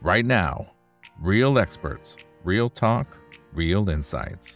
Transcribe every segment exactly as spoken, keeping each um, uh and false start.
right now. Real experts, real talk, real insights.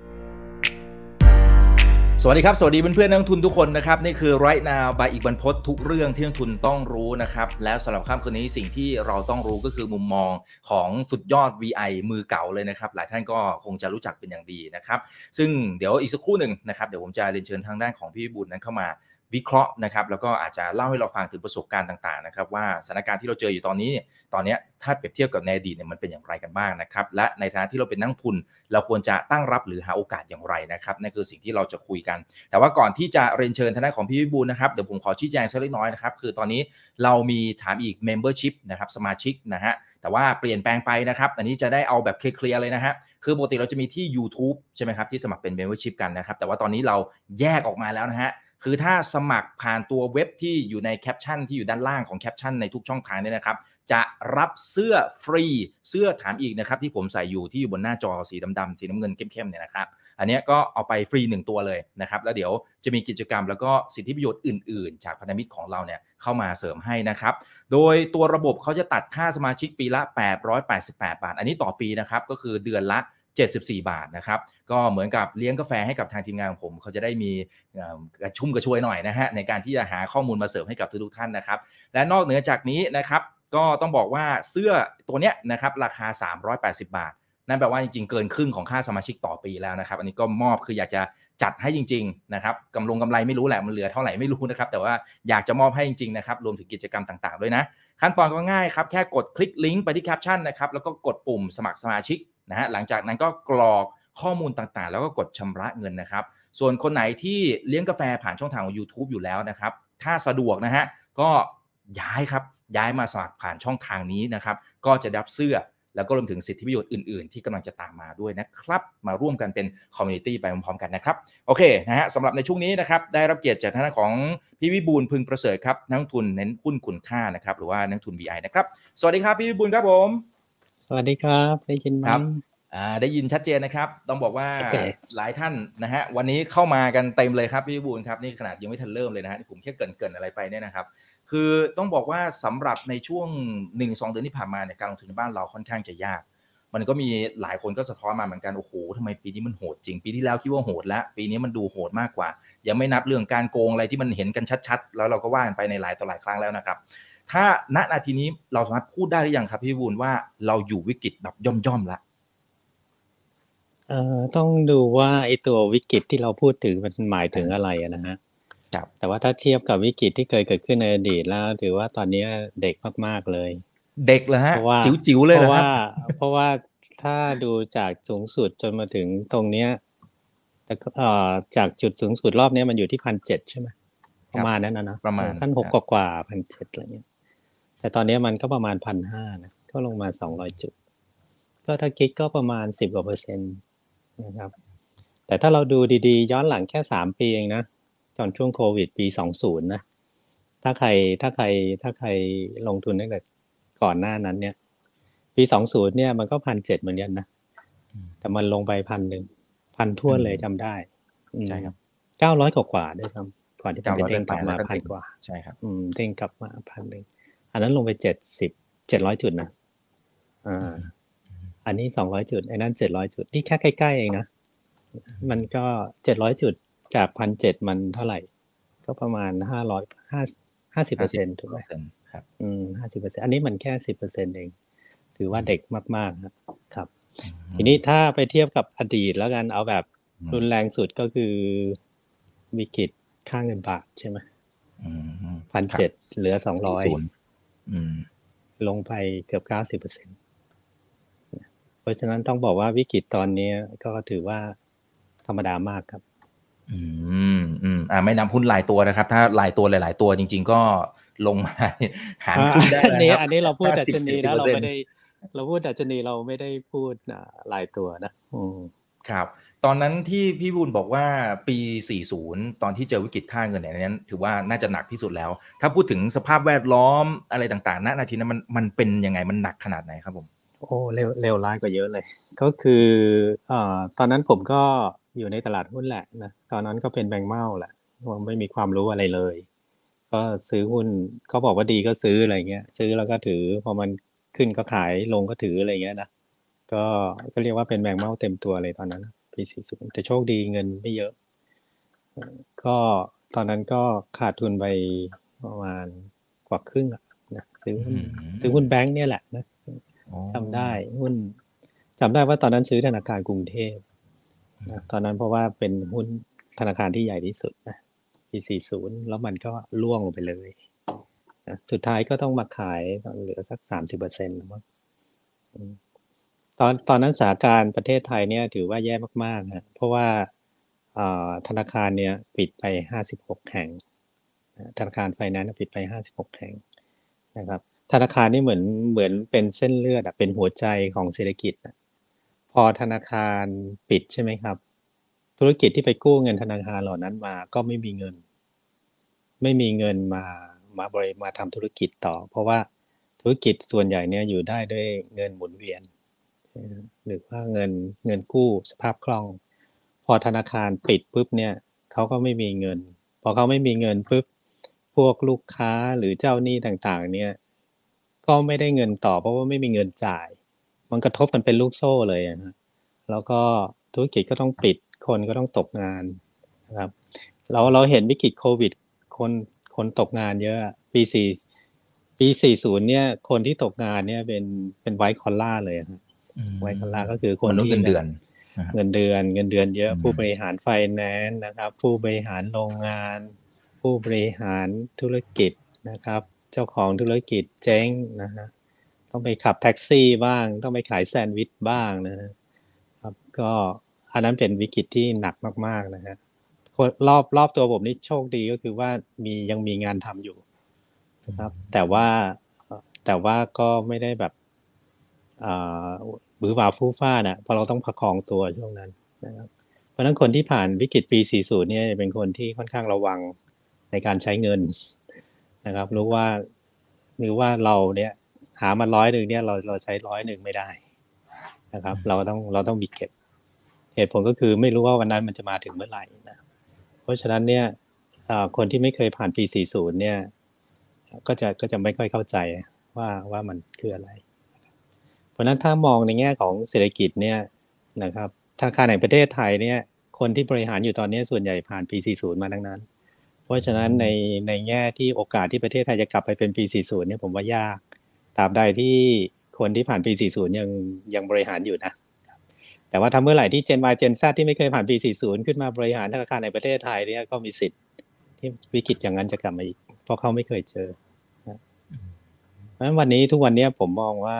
สวัสดีครับสวัสดีเพื่อนๆนักลงทุนทุกคนนะครับนี่คือ Right Now by อีกบรรพตทุกเรื่องที่นักลงทุนต้องรู้นะครับแล้วสำหรับค่ำคืนนี้สิ่งที่เราต้องรู้ก็คือมุมมองของสุดยอด วี ไอ มือเก่าเลยนะครับหลายท่านก็คงจะรู้จักเป็นอย่างดีนะครับซึ่งเดี๋ยวอีกสักครู่หนึ่งนะครับเดี๋ยวผมจะเรียนเชิญทางด้านของพี่วิบูลย์นั้นเข้ามาวิเคราะห์นะครับแล้วก็อาจจะเล่าให้เราฟังถึงประสบการณ์ต่างๆนะครับว่าสถานการณ์ที่เราเจออยู่ตอนนี้ตอนนี้ถ้าเปรียบเทียบกับในอดีตเนี่ยมันเป็นอย่างไรกันบ้างนะครับและในฐานะที่เราเป็นนักลงทุนเราควรจะตั้งรับหรือหาโอกาสอย่างไรนะครับนั่นคือสิ่งที่เราจะคุยกันแต่ว่าก่อนที่จะเรียนเชิญทางด้านของพี่วิบูลย์นะครับเดี๋ยวผมขอชี้แจงสักเล็กน้อยนะครับคือตอนนี้เรามีถามอีก membership นะครับสมาชิกนะฮะแต่ว่าเปลี่ยนแปลงไปนะครับอันนี้จะได้เอาแบบเคลียร์ๆเลยนะฮะคือปกติเราจะมีที่ YouTube ใช่ไหมครับที่สมัครเป็น membership กันนะครับแต่ว่าตอนนี้เราแยกออกมาแล้วนะฮะคือถ้าสมัครผ่านตัวเว็บที่อยู่ในแคปชั่นที่อยู่ด้านล่างของแคปชั่นในทุกช่องทางเนี่ยนะครับจะรับเสื้อฟรีเสื้อถามอีกนะครับที่ผมใส่อยู่ที่อยู่บนหน้าจอสีดำๆสีน้ำเงินเข้มๆเนี่ยนะครับอันนี้ก็เอาไปฟรีหนึ่งตัวเลยนะครับแล้วเดี๋ยวจะมีกิจกรรมแล้วก็สิทธิประโยชน์อื่นๆจากพันธมิตรของเราเนี่ยเข้ามาเสริมให้นะครับโดยตัวระบบเขาจะตัดค่าสมาชิกปีละแปดร้อยแปดสิบแปดบาทอันนี้ต่อปีนะครับก็คือเดือนละเจ็ดสิบสี่บาทนะครับก็เหมือนกับเลี้ยงกาแฟให้กับทางทีมงานของผมเขาจะได้มีกระชุ่มกระชวยหน่อยนะฮะในการที่จะหาข้อมูลมาเสริมให้กับทุกๆท่านนะครับและนอกเหนือจากนี้นะครับก็ต้องบอกว่าเสื้อตัวเนี้ยนะครับราคาสามร้อยแปดสิบบาทนั่นแปลว่าจริงๆเกินครึ่งของค่าสมาชิกต่อปีแล้วนะครับอันนี้ก็มอบคืออยากจะจัดให้จริงๆนะครับกำลงกำไรไม่รู้แหละมันเหลือเท่าไหร่ไม่รู้นะครับแต่ว่าอยากจะมอบให้จริงๆนะครับรวมถึงกิจกรรมต่างๆด้วยนะขั้นตอนก็ง่ายครับแค่กดคลิกลิงก์ไปที่แคปชั่นนะครับแล้วก็กดปุ่มสมัครสมาชิกนะฮะหลังจากนั้นก็กรอกข้อมูลต่างๆแล้วก็กดชำระเงินนะครับส่วนคนไหนที่เลี้ยงกาแฟผ่านช่องทางของ YouTube อยู่แล้วนะครับถ้าสะดวกนะฮะก็ย้ายครับย้ายมาสมัครผ่านช่องทางนี้นะครับก็จะได้รับเสื้อแล้วก็รวมถึงสิทธิประโยชน์อื่นๆที่กำลังจะตามมาด้วยนะครับมาร่วมกันเป็นคอมมูนิตี้ไปพร้อมๆกันนะครับโอเคนะฮะสำหรับในช่วงนี้นะครับได้รับเกียรติจากทางด้านของพี่วิบูลย์พึงประเสริฐครับนักลงทุนเน้นหุ้นคุณค่านะครับหรือว่านักลงทุน วี ไอ นะครับสวัสดีครับพี่วิบูลย์ครับผมสวัสดีครับได้ยินไหมครับอ่าได้ยินชัดเจนนะครับต้องบอกว่า okay. หลายท่านนะฮะวันนี้เข้ามากันเต็มเลยครับพี่วิบูลย์ครับนี่ขนาดยังไม่ทันเริ่มเลยนะฮะผมแค่เกริ่นๆอะไรไปเนี่ยนะครับคือต้องบอกว่าสำหรับในช่วง หนึ่งถึงสอง เดือนที่ผ่านมาเนี่ยการลงทุนในบ้านเราค่อนข้างจะยากมันก็มีหลายคนก็สะท้อนมาเหมือนกันโอ้โหทำไมปีนี้มันโหดจริงปีที่แล้วคิดว่าโหดแล้วปีนี้มันดูโหดมากกว่ายังไม่นับเรื่องการโกงอะไรที่มันเห็นกันชัดๆแล้วเราก็ว่ากันไปในหลายต่อหลายครั้งแล้วนะครับถ้าณนาทีนี้เราสามารถพูดได้หรือยังครับพี่วิบูลย์ว่าเราอยู่วิกฤตแบบย่อมๆแล้วเอ่อต้องดูว่าไอ้ตัววิกฤตที่เราพูดถึงมันหมายถึงอะไรนะฮะครับแต่ว่าถ้าเทียบกับวิกฤตที่เคยเกิดขึ้นในอดีตแล้วถือว่าตอนนี้เด็กมากๆเลยเด็กเหรอฮะเพราะว่าจิ๋วๆเลยเหรอครับเพราะว่าเพราะว่าถ้าดูจากสูงสุดจนมาถึงตรงเนี้ยแต่เอ่อจากจุดสูงสุดรอบนี้มันอยู่ที่ หนึ่งพันเจ็ดร้อย ใช่ไหมประมาณนั้นนะนะประมาณหนึ่งพันหกร้อย กว่าๆ หนึ่งพันเจ็ดร้อย อะไรเงี้ยแต่ตอนนี้มันก็ประมาณ หนึ่งพันห้าร้อย นะก็ลงมาสองร้อยจุดก็ถ้าคิดก็ประมาณสิบกว่าเปอร์เซ็นต์นะครับแต่ถ้าเราดูดีๆย้อนหลังแค่สามปีเองนะตอนช่วงโควิดปีสองสิบนะถ้าใครถ้าใครถ้าใครลงทุนตั้งแต่ก่อนหน้านั้นเนี่ยปีสองสิบเนี่ยมันก็ หนึ่งพันเจ็ดร้อย เหมือนกันนะแต่มันลงไป หนึ่งพัน นึงพันทั่วเลยจำได้ใช่ครับเก้าร้อยกว่าๆด้วยซ้ำก่อนที่มันจะเด้งกลับมาพันกว่าใช่ครับอืมเด้งกลับมาพันนึงอันนั้นลงไปเจ็ดสิบ เจ็ดร้อยจุดนะอ่าอันนี้สองร้อยจุดไอ้นั่นเจ็ดร้อยจุดนี่แค่ใกล้ๆเองนะมันก็เจ็ดร้อยจุดจาก หนึ่งพันเจ็ดร้อย มันเท่าไหร่ก็ประมาณห้าร้อย ห้าสิบเปอร์เซ็นต์ ถูกมั้ยครับอืม ห้าสิบเปอร์เซ็นต์ อันนี้มันแค่ สิบเปอร์เซ็นต์ เองถือว่าเด็กมากๆครับทีนี้ถ้าไปเทียบกับอดีตแล้วกันเอาแบบรุนแรงสุดก็คือวิกฤตค่าเงินบาทใช่มั้ยอืม หนึ่งพันเจ็ดร้อย เหลือสองร้อยอืมลงไปเกือบ เก้าสิบเปอร์เซ็นต์ เพราะฉะนั้นต้องบอกว่าวิกฤตตอนนี้ก็ถือว่าธรรมดามากครับอืมอืมอ่าไม่นับหุ้นรายตัวนะครับถ้ารายตัวหลายๆตัวจริงๆก็ลงมาหารขึ้นได้นะครับอันนี้เราพูดดัชนีนะเราไม่ได้เราพูดดัชนีเราไม่ได้พูดรายตัวนะอืมครับตอนนั้นที่พี่บุญบอกว่าปีสี่สิบตอนที่เจอวิกฤตค่าเงินเนี่ยนั้นถือว่าน่าจะหนักที่สุดแล้วถ้าพูดถึงสภาพแวดล้อมอะไรต่างๆณนาทีนั้นมันมันเป็นยังไงมันหนักขนาดไหนครับผมโอ้เลวเลวร้ายกว่าเยอะเลยก็คือเอ่อตอนนั้นผมก็อยู่ในตลาดหุ้นแหละนะตอนนั้นก็เป็นแบงค์เม่าแหละไม่มีความรู้อะไรเลยก็ซื้อหุ้นเขาบอกว่าดีก็ซื้ออะไรเงี้ยซื้อแล้วก็ถือพอมันขึ้นก็ขายลงก็ถืออะไรอย่างเงี้ยนะก็ก็เรียกว่าเป็นแมงเม่าเต็มตัวเลยตอนนั้นปี สี่สิบแต่โชคดีเงินไม่เยอะก็ตอนนั้นก็ขาดทุนไปประมาณกว่าครึ่งอะนะซื้อหุ้นซื้อหุ้นแบงค์เนี่ยแหละนะจำได้หุ้นจำได้ว่าตอนนั้นซื้อธนาคารกรุงเทพนะตอนนั้นเพราะว่าเป็นหุ้นธนาคารที่ใหญ่ที่สุดนะปี สี่สิบ แล้วมันก็ร่วงลงไปเลยนะสุดท้ายก็ต้องมาขายตอนเหลือสัก สามสิบเปอร์เซ็นต์ มั้งตอนตอนนั้นสถานการณ์ประเทศไทยเนี่ยถือว่าแย่มากๆนะเพราะว่าธนาคารเนี่ยปิดไปห้าสิบหกแห่งธนาคารไฟแนนซ์ปิดไปห้าสิบหกแห่งนะครับธนาคารนี่เหมือนเหมือนเป็นเส้นเลือดอ่ะเป็นหัวใจของเศรษฐกิจพอธนาคารปิดใช่ไหมครับธุรกิจที่ไปกู้เงินธนาคารเหล่านั้นมาก็ไม่มีเงินไม่มีเงินมามาบริมาทำธุรกิจต่อเพราะว่าธุรกิจส่วนใหญ่เนี่ยอยู่ได้ด้วยเงินหมุนเวียนหรือว่าเงินเงินกู้สภาพคล่องพอธนาคารปิดปุ๊บเนี่ยเขาก็ไม่มีเงินพอเขาไม่มีเงินปุ๊บพวกลูกค้าหรือเจ้าหนี้ต่างๆเนี่ยก็ไม่ได้เงินต่อเพราะว่าไม่มีเงินจ่ายมันกระทบกันเป็นลูกโซ่เลยนะแล้วก็ธุรกิจก็ต้องปิดคนก็ต้องตกงานนะครับเราเราเห็นวิกฤตโควิดคนคนตกงานเยอะปีสี่ปีสี่สิบเนี่ยคนที่ตกงานเนี่ยเป็นเป็นไวท์คอลล่าเลยครับไวท์คอลล่าก็คือคนที่เงินเดือนเงินเดือนเงินเดือนเยอะผู้บริหารไฟแนนซ์นะครับผู้บริหารโรงงานผู้บริหารธุรกิจนะครับเจ้าของธุรกิจเจ๊งนะฮะต้องไปขับแท็กซี่บ้างต้องไปขายแซนด์วิชบ้างนะครับก็อันนั้นเป็นวิกฤตที่หนักมากๆนะฮะรอบรอบตัวผมนี่โชคดีก็คือว่ามียังมีงานทำอยู่นะครับแต่ว่าแต่ว่าก็ไม่ได้แบบบื้อบ่าฟู่ฟ้านะเพราะเราต้องประคองตัวช่วงนั้นนะครับเพราะฉะนั้นคนที่ผ่านวิกฤตปีสี่สิบเนี่ยเป็นคนที่ค่อนข้างระวังในการใช้เงินนะครับรู้ว่าหรือว่าเราเนี่ยหามาร้อยหนึ่งเนี่ยเราเราใช้ร้อยหนึ่งไม่ได้นะครับเราต้องเราต้องมีเก็บเหตุผลก็คือไม่รู้ว่าวันนั้นมันจะมาถึงเมื่อไหร่นะเพราะฉะนั้นเนี่ยคนที่ไม่เคยผ่านปีสี่สิบเนี่ยก็จะก็จะไม่ค่อยเข้าใจว่าว่ามันคืออะไรเพราะนั้นถ้ามองในแง่ของเศรษฐกิจเนี่ยนะครับธนาคารแห่งประเทศไทยเนี่ยคนที่บริหารอยู่ตอนนี้ส่วนใหญ่ผ่านปีสี่สิบมาทั้งนั้นเพราะฉะนั้นในในแง่ที่โอกาสที่ประเทศไทยจะกลับไปเป็นปีสี่สิบเนี่ยผมว่ายากตราบใดที่คนที่ผ่านปีสี่สิบยังยังบริหารอยู่นะแต่ว่าถ้าเมื่อไหร่ที่ Gen Y Gen Z ที่ไม่เคยผ่านปีสี่สิบขึ้นมาบริหารธนาคารในประเทศไทยเนี่ยก็มีสิทธิ์ที่วิกฤตอย่างนั้นจะกลับมาอีกเพราะเขาไม่เคยเจอนะเพราะฉะนั้นวันนี้ทุกวันนี้ผมมองว่า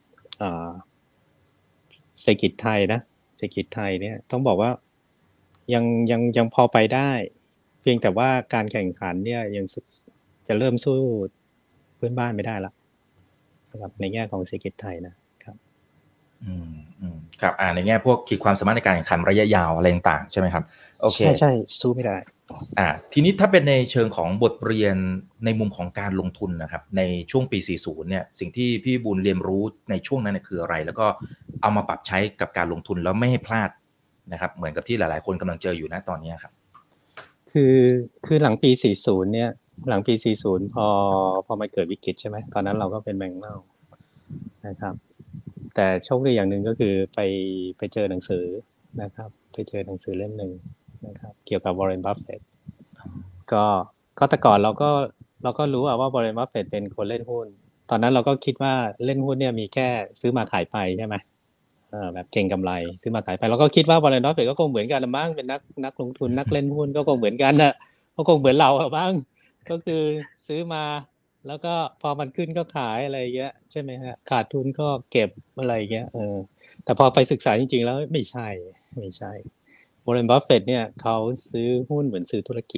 เศรษฐกิจไทยนะเศรษฐกิจไทยเนี่ยต้องบอกว่ายังยังยังพอไปได้เพียงแต่ว่าการแข่งขันเนี่ยยังจะเริ่มสู้เพื่อนบ้านไม่ได้ละนะครับในแง่ของเศรษฐกิจไทยนะครับอืมอืมครับอ่าในแง่พวกขีดความสามารถในการแข่งขันระยะยาวอะไรต่างๆใช่ไหมครับโอเคใช่ใช่สู้ไม่ได้อ่าทีนี้ถ้าเป็นในเชิงของบทเรียนในมุมของการลงทุนนะครับในช่วงปีสี่สิบเนี่ยสิ่งที่พี่บุญเรียนรู้ในช่วงนั้นคืออะไรแล้วก็เอามาปรับใช้กับการลงทุนแล้วไม่ให้พลาดนะครับเหมือนกับที่หลายๆคนกำลังเจออยู่ณตอนนี้ครับคือคือหลังปีสี่สิบเนี่ยหลังปีสี่สิบพอพอมันเกิดวิกฤตใช่ไหมตอนนั้นเราก็เป็นแมงเม่านะครับแต่โชคดีอย่างหนึ่งก็คือไปไปเจอหนังสือนะครับไปเจอหนังสือเล่มหนึ่งนะครับเกี่ยวกับวอร์เรน บัฟเฟตต์ก็ก็แต่ก่อนเราก็เราก็รู้ว่าวอร์เรน บัฟเฟตต์เป็นคนเล่นหุ้นตอนนั้นเราก็คิดว่าเล่นหุ้นเนี่ยมีแค่ซื้อมาขายไปใช่ไหมแบบเก่งกำไรซื้อมาขายไปเราก็คิดว่าวอร์เรน บัฟเฟตต์ก็คงเหมือนกันมั้งเป็นนักนักลงทุนนักเล่นหุ้นก็คงเหมือนกันนะก็คงเหมือนเราอะบ้างก็คือซื้อมาแล้วก็พอมันขึ้นก็ขายอะไรเงี้ยใช่ไหมฮะขาดทุนก็เก็บอะไรเงี้ยเออแต่พอไปศึกษาจริงๆแล้วไม่ใช่ไม่ใช่วอร์เรน บัฟเฟตต์เนี่ยเขาซื้อหุ้นเหมือนซื้อธุรกิจ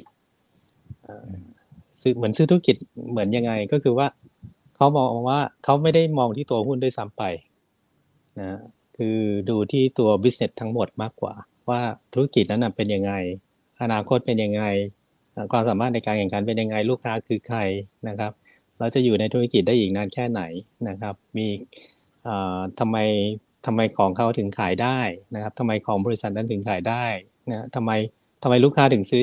ซื้อเหมือนซื้อธุรกิจเหมือนยังไงก็คือว่าเขามองว่าเขาไม่ได้มองที่ตัวหุ้นด้วยซ้ำไปนะคือดูที่ตัว business ทั้งหมดมากกว่าว่าธุรกิจนั้นเป็นยังไงอนาคตเป็นยังไงความสามารถในการแข่งขันเป็นยังไงลูกค้าคือใครนะครับเราจะอยู่ในธุรกิจได้อีกนานแค่ไหนนะครับมีทำไมทำไมของเขาถึงขายได้นะครับทำไมของบริษัทนั้นถึงขายได้นะทำไมทำไมลูกค้าถึงซื้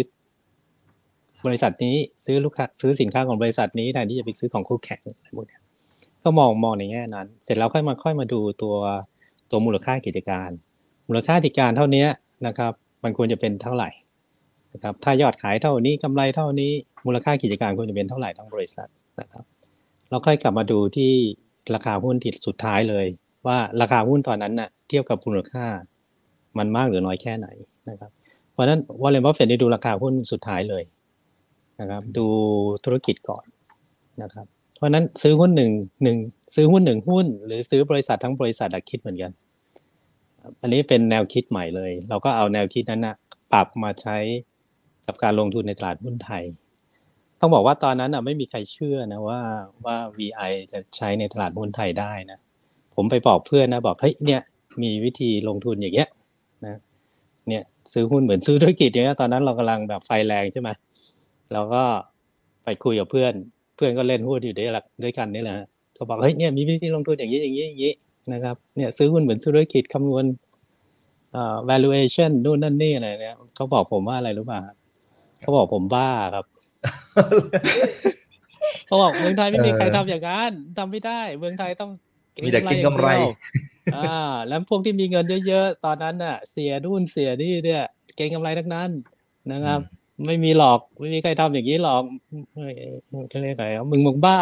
อบริษัทนี้ซื้อลูกค้าซื้อสินค้าของบริษัทนี้แทนที่จะไปซื้อของคู่แข่งอะไรพวกนี้ก็มองมองในแง่นั้น เสร็จแล้วค่อยมาค่อยมาดูตัวตัวมูลค่ากิจการ มูลค่ากิจการเท่านี้นะครับ มันควรจะเป็นเท่าไหร่นะครับ ถ้ายอดขายเท่านี้กำไรเท่านี้มูลค่ากิจการควรจะเป็นเท่าไหร่ทั้งบริษัทนะครับเราค่อยกลับมาดูที่ราคาหุ้นที่สุดท้ายเลยว่าราคาหุ้นตอนนั้นน่ะเทียบกับมูลค่ามันมากหรือน้อยแค่ไหนนะครับเพราะฉะนั้นวอร์เรน บัฟเฟตต์ได้ดูราคาหุ้นสุดท้ายเลยนะครับดูธุรกิจก่อนนะครับเพราะฉะนั้นซื้อหุ้นหนึ่งหนึ่งซื้อหุ้นหนึ่งหุ้นหรือซื้อบริษัททั้งบริษัทคิดเหมือนกันอันนี้เป็นแนวคิดใหม่เลยเราก็เอาแนวคิดนั้นนะปรับมาใช้กับการลงทุนในตลาดหุ้นไทยต้องบอกว่าตอนนั้นน่ะไม่มีใครเชื่อนะว่าว่า วี ไอ จะใช้ในตลาดหุ้นไทยได้นะผมไปบอกเพื่อนนะบอกเฮ้ยเนี่ยมีวิธีลงทุนอย่างเงี้ยนะเนี่ยซื้อหุ้นเหมือนซื้อธุรกิจอย่างเงี้ยตอนนั้นเรากำลังแบบไฟแรงใช่ไหมเราก็ไปคุยกับเพื่อนเพื่อนก็เล่นหุ้นอยู่ด้วยด้วยกันนี่แหละก็บอกเฮ้ยเนี่ยมีวิธีลงทุนอย่างนี้อย่างนี้อย่างนี้นะครับเนี่ยซื้อหุ้นเหมือนธุรกิจคำนวณเอ่อ valuation นู่นนั่นนี่อะไรเนี่ยเขาบอกผมว่าอะไรรู้ป่ะเขาบอกผมบ้าครับเขาบอกเมืองไทยไม่มีใครทำอย่างนั้นทำไม่ได้เมืองไทยต้องมีแต่กินกำไรอ่าแล้วพวกที่มีเงินเยอะๆตอนนั้นน่ะเสียนู่นเสียนี่เนี่ยเก็งกำไรทั้งนั้นนะครับไม่มีหรอกไม่มีใครทำอย่างนี้หรอกเขาเรียกอะไรมึงมึงบ้า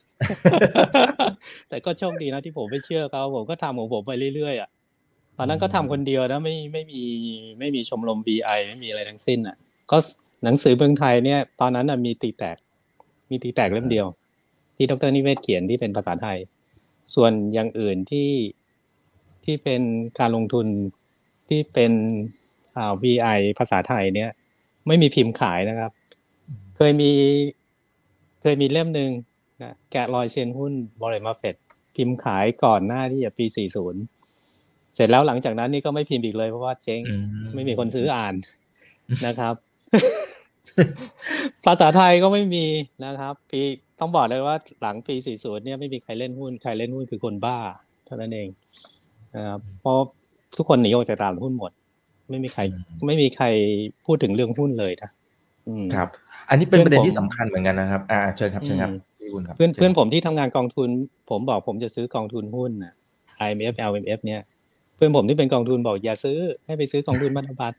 แต่ก็โชคดีนะที่ผมไม่เชื่อเขาผมก็ทำของผมไปเรื่อยๆอ่ะตอนนั้นก็ทำคนเดียวนะไม่ไม่มีไม่มีชมรม บี ไอ ไม่มีอะไรทั้งสิ้นอ่ะก็หนังสือเมืองไทยเนี่ยตอนนั้นน่ะมีตีแตกมีตีแตกเล่มเดียวที่ดร.นิเวศเขียนที่เป็นภาษาไทยส่วนอย่างอื่นที่ที่เป็นการลงทุนที่เป็นอ่า วี ไอ ภาษาไทยเนี่ยไม่มีพิมพ์ขายนะครับเคยมีเคยมีเล่มนึงนะแกะรอยเซียนหุ้นวอร์เรน บัฟเฟตต์พิมพ์ขายก่อนหน้าที่จะปีสี่สิบเสร็จแล้วหลังจากนั้นนี่ก็ไม่พิมพ์อีกเลยเพราะว่าเจ๊งไม่มีคนซื้ออ่านนะครับ ภาษาไทยก็ไม่มีนะครับปีต้องบอกเลยว่าหลังปีสี่สิบเนี่ยไม่มีใครเล่นหุ้นใครเล่นหุ้นคือคนบ้าเท่านั้นเองนะครับเพราะทุกคนหนีออกจากตลาดหุ้นหมดไม่มีใครไม่มีใครพูดถึงเรื่องหุ้นเลยนะครับอันนี้เป็นประเด็นที่สำคัญเหมือนกันนะครับอ่าเชิญครับเชิญครับพี่บุญครับเพื่อนเพื่อนผมที่ทำงานกองทุนผมบอกผมจะซื้อกองทุนหุ้นน่ะ ไอ เอ็ม เอฟ แอล เอ็ม เอฟ เนี่ยเพื่อนผมที่เป็นกองทุนบอกอย่าซื้อให้ไปซื้อกองทุนพันธบัตร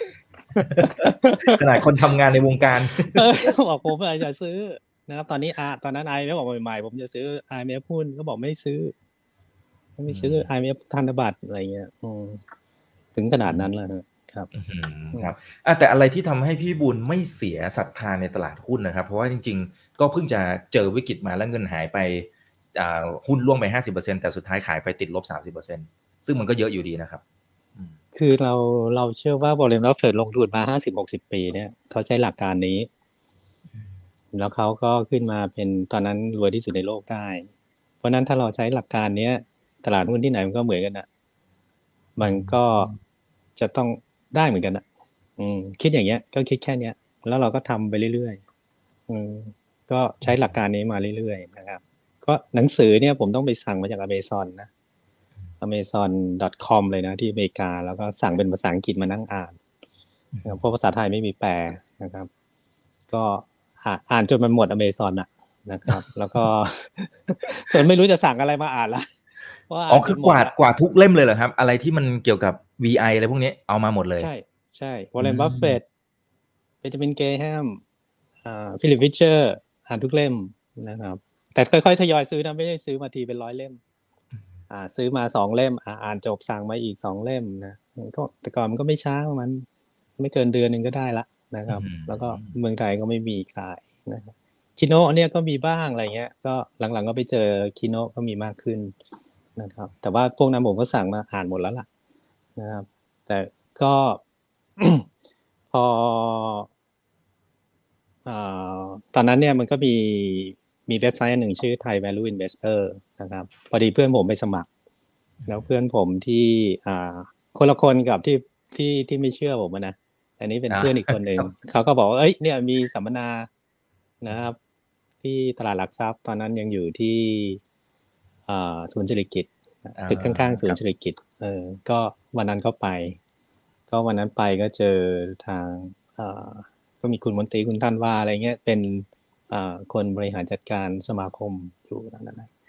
ขนาดคนทำงานในวงการบอกผมอย่าซื้อนะครับตอนนี้อ่ะตอนนั้น ไอ เอ็ม เอฟ บอกใหม่ๆผมจะซื้อ ไอ เอ็ม เอฟ หุ้นก็บอกไม่ซื้อไม่ซื้อ ไอ เอ็ม เอฟ พันธบัตรอะไรเงี้ยถึงขนาดนั้นแล้วครับครับแต่อะไรที่ทำให้พี่บุญไม่เสียศรัทธาในตลาดหุ้นนะครับเพราะว่าจริงๆก็เพิ่งจะเจอวิกฤตมาแล้วเงินหายไปหุ้นร่วงไป ห้าสิบเปอร์เซ็นต์ แต่สุดท้ายขายไปติดลบ สามสิบเปอร์เซ็นต์ ซึ่งมันก็เยอะอยู่ดีนะครับคือเราเราเชื่อว่าวอร์เรน บัฟเฟตต์ลงทุนมา ห้าสิบหกสิบ ปีเนี่ยเขาใช้หลักการนี้แล้วเขาก็ขึ้นมาเป็นตอนนั้นรวยที่สุดในโลกได้เพราะนั้นถ้าเราใช้หลักการนี้ตลาดหุ้นที่ไหนมันก็เหมือนกันอ่ะมันก็จะต้องได้เหมือนกันอ่ะอืมคิดอย่างเงี้ยก็คิดแค่เนี้ยแล้วเราก็ทำไปเรื่อยๆอืมก็ใช้หลักการนี้มาเรื่อยๆนะครับก็หนังสือเนี่ยผมต้องไปสั่งมาจาก Amazon นะ อเมซอน ดอท คอม เลยนะที่อเมริกาแล้วก็สั่งเป็นภาษาอังกฤษมานั่งอ่านเพราะภาษาไทยไม่มีแปลนะครับก็อ่านจนมันหมด Amazon อ่ะนะครับแล้วก็จนไม่รู้จะสั่งอะไรมาอ่านละอ๋อคือกวาดกวาดทุกเล่มเลยเหรอครับอะไรที่มันเกี่ยวกับ วี ไอ อะไรพวกนี้เอามาหมดเลยใช่ใช่วอร์เรน บัฟเฟตต์เบนจามิน เกรแฮมอ่าฟิลิป ฟิชเชอร์อ่านทุกเล่มนะครับแต่ค่อยๆทยอยซื้อนะไม่ใช่ซื้อมาทีเป็นร้อยเล่มอ่าซื้อมาสองเล่มอ่าอ่านจบสั่งมาอีกสองเล่มนะก็แต่ก่อนมันก็ไม่ช้ามันไม่เกินเดือนนึงก็ได้ละนะครับแล้วก็เมืองไทยก็ไม่มีขายนะครับคิโนะเนี่ยก็มีบ้างอะไรเงี้ยก็หลังๆก็ไปเจอคิโนะก็มีมากขึ้นนะครับแต่ว่าพวกนั้นผมก็สั่งมาอ่านหมดแล้วล่ะนะครับแต่ก็ พออ่าตอนนั้นเนี่ยมันก็มีมีเว็บไซต์อันหนึ่งชื่อ Thai Value Investor นะครับพอดีเพื่อนผมไปสมัครแล้วเพื่อนผมที่อ่าคนละคนกับที่ที่ที่ไม่เชื่อผมนะอันนี้เป็นเพื่อนอีกคนหนึ่งเขาก็บอกว่าเอ้ยเนี่ยมีสัมมนานะครับที่ตลาดหลักทรัพย์ตอนนั้นยังอยู่ที่อ่าศูนย์เศรษฐกิจตึกข้างๆศูนย์เศรษฐกิจเออก็วันนั้นก็ไปก็วันนั้นไปก็เจอทางอ่าก็มีคุณมนตรีคุณท่านว่าอะไรเงี้ยเป็นอ่าคนบริหารจัดการสมาคมอยู่นั่นนะก็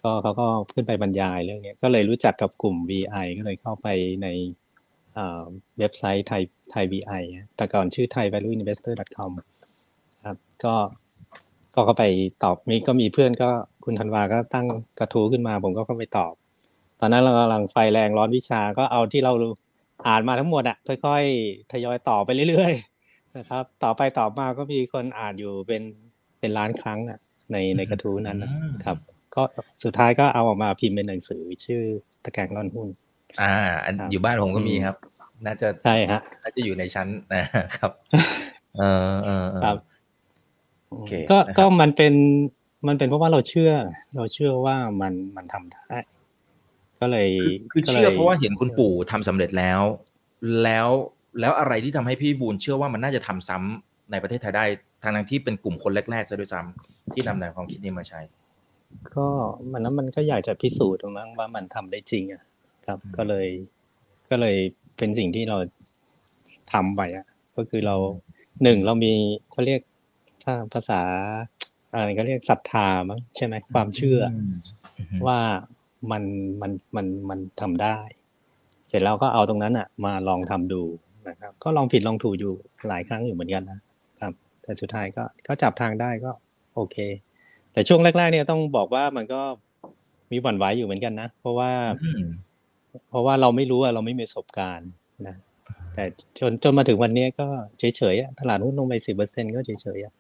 ก็เขาก็ขึ้นไปบรรยายเรื่องนี้ก็เลยรู้จักกับกลุ่ม วี ไอ ก็เลยเข้าไปในเว็บไซต์ไทยไทย วี ไอ แต่ก่อนชื่อ ไทย แวลู อินเวสเตอร์ ดอท คอม ครับก็ก็เข้าไปตอบมีก็มีเพื่อนก็คุณธันวาก็ตั้งกระทู้ขึ้นมาผมก็เข้าไปตอบตอนนั้นเรากำลังไฟแรงร้อนวิชาก็เอาที่เราอ่านมาทั้งหมดอ่ะค่อยๆทยอยตอบไปเรื่อยๆนะครับต่อไปตอบมาก็มีคนอ่านอยู่เป็นเป็นล้านครั้งอ่ะในในกระทู้นั้นนะครับก็สุดท้ายก็เอาออกมาพิมพ์เป็นหนังสือชื่อตะแกรงร่อนหุ้นอ่าอยู่บ้านผมก็มีครับน่าจะใช่ฮะน่าจะอยู่ในชั้นนะครับเออเออครับก็ก็มันเป็นมันเป็นเพราะว่าเราเชื่อเราเชื่อว่ามันมันทำได้ก็เลยคือเชื่อเพราะว่าเห็นคุณปู่ทำสำเร็จแล้วแล้วแล้วอะไรที่ทำให้พี่บูลเชื่อว่ามันน่าจะทำซ้ำในประเทศไทยได้ทางนั้นที่เป็นกลุ่มคนแรกๆซะด้วยซ้ำที่นำแนวความคิดนี้มาใช้ก็มันนั้นมันก็อยากจะพิสูจน์มั้งว่ามันทำได้จริงอ่ะครับก็เลยก็เลยเป็นสิ่งที่เราทำไปอ่ะก็คือเราหนึ่งเรามีเขาเรียกถ้าภาษาอะไรก็เรียกศรัทธามั้งใช่ไหมความเชื่อว่ามันมันมันมันทำได้เสร็จแล้วก็เอาตรงนั้นอ่ะมาลองทำดูนะครับก็ลองผิดลองถูกอยู่หลายครั้งอยู่เหมือนกันนะครับแต่สุดท้ายก็ก็จับทางได้ก็โอเคแต่ช่วงแรกๆเนี่ยต้องบอกว่ามันก็มีหวั่นไหวอยู่เหมือนกันนะเพราะว่าเพราะว่าเราไม่รู้อะเราไม่มีประสบการณ์นะแต่จนจนมาถึงวันนี้ก็เฉยๆตลาดหุ้นลงไป สิบเปอร์เซ็นต์ ก็เฉยๆอ่ะ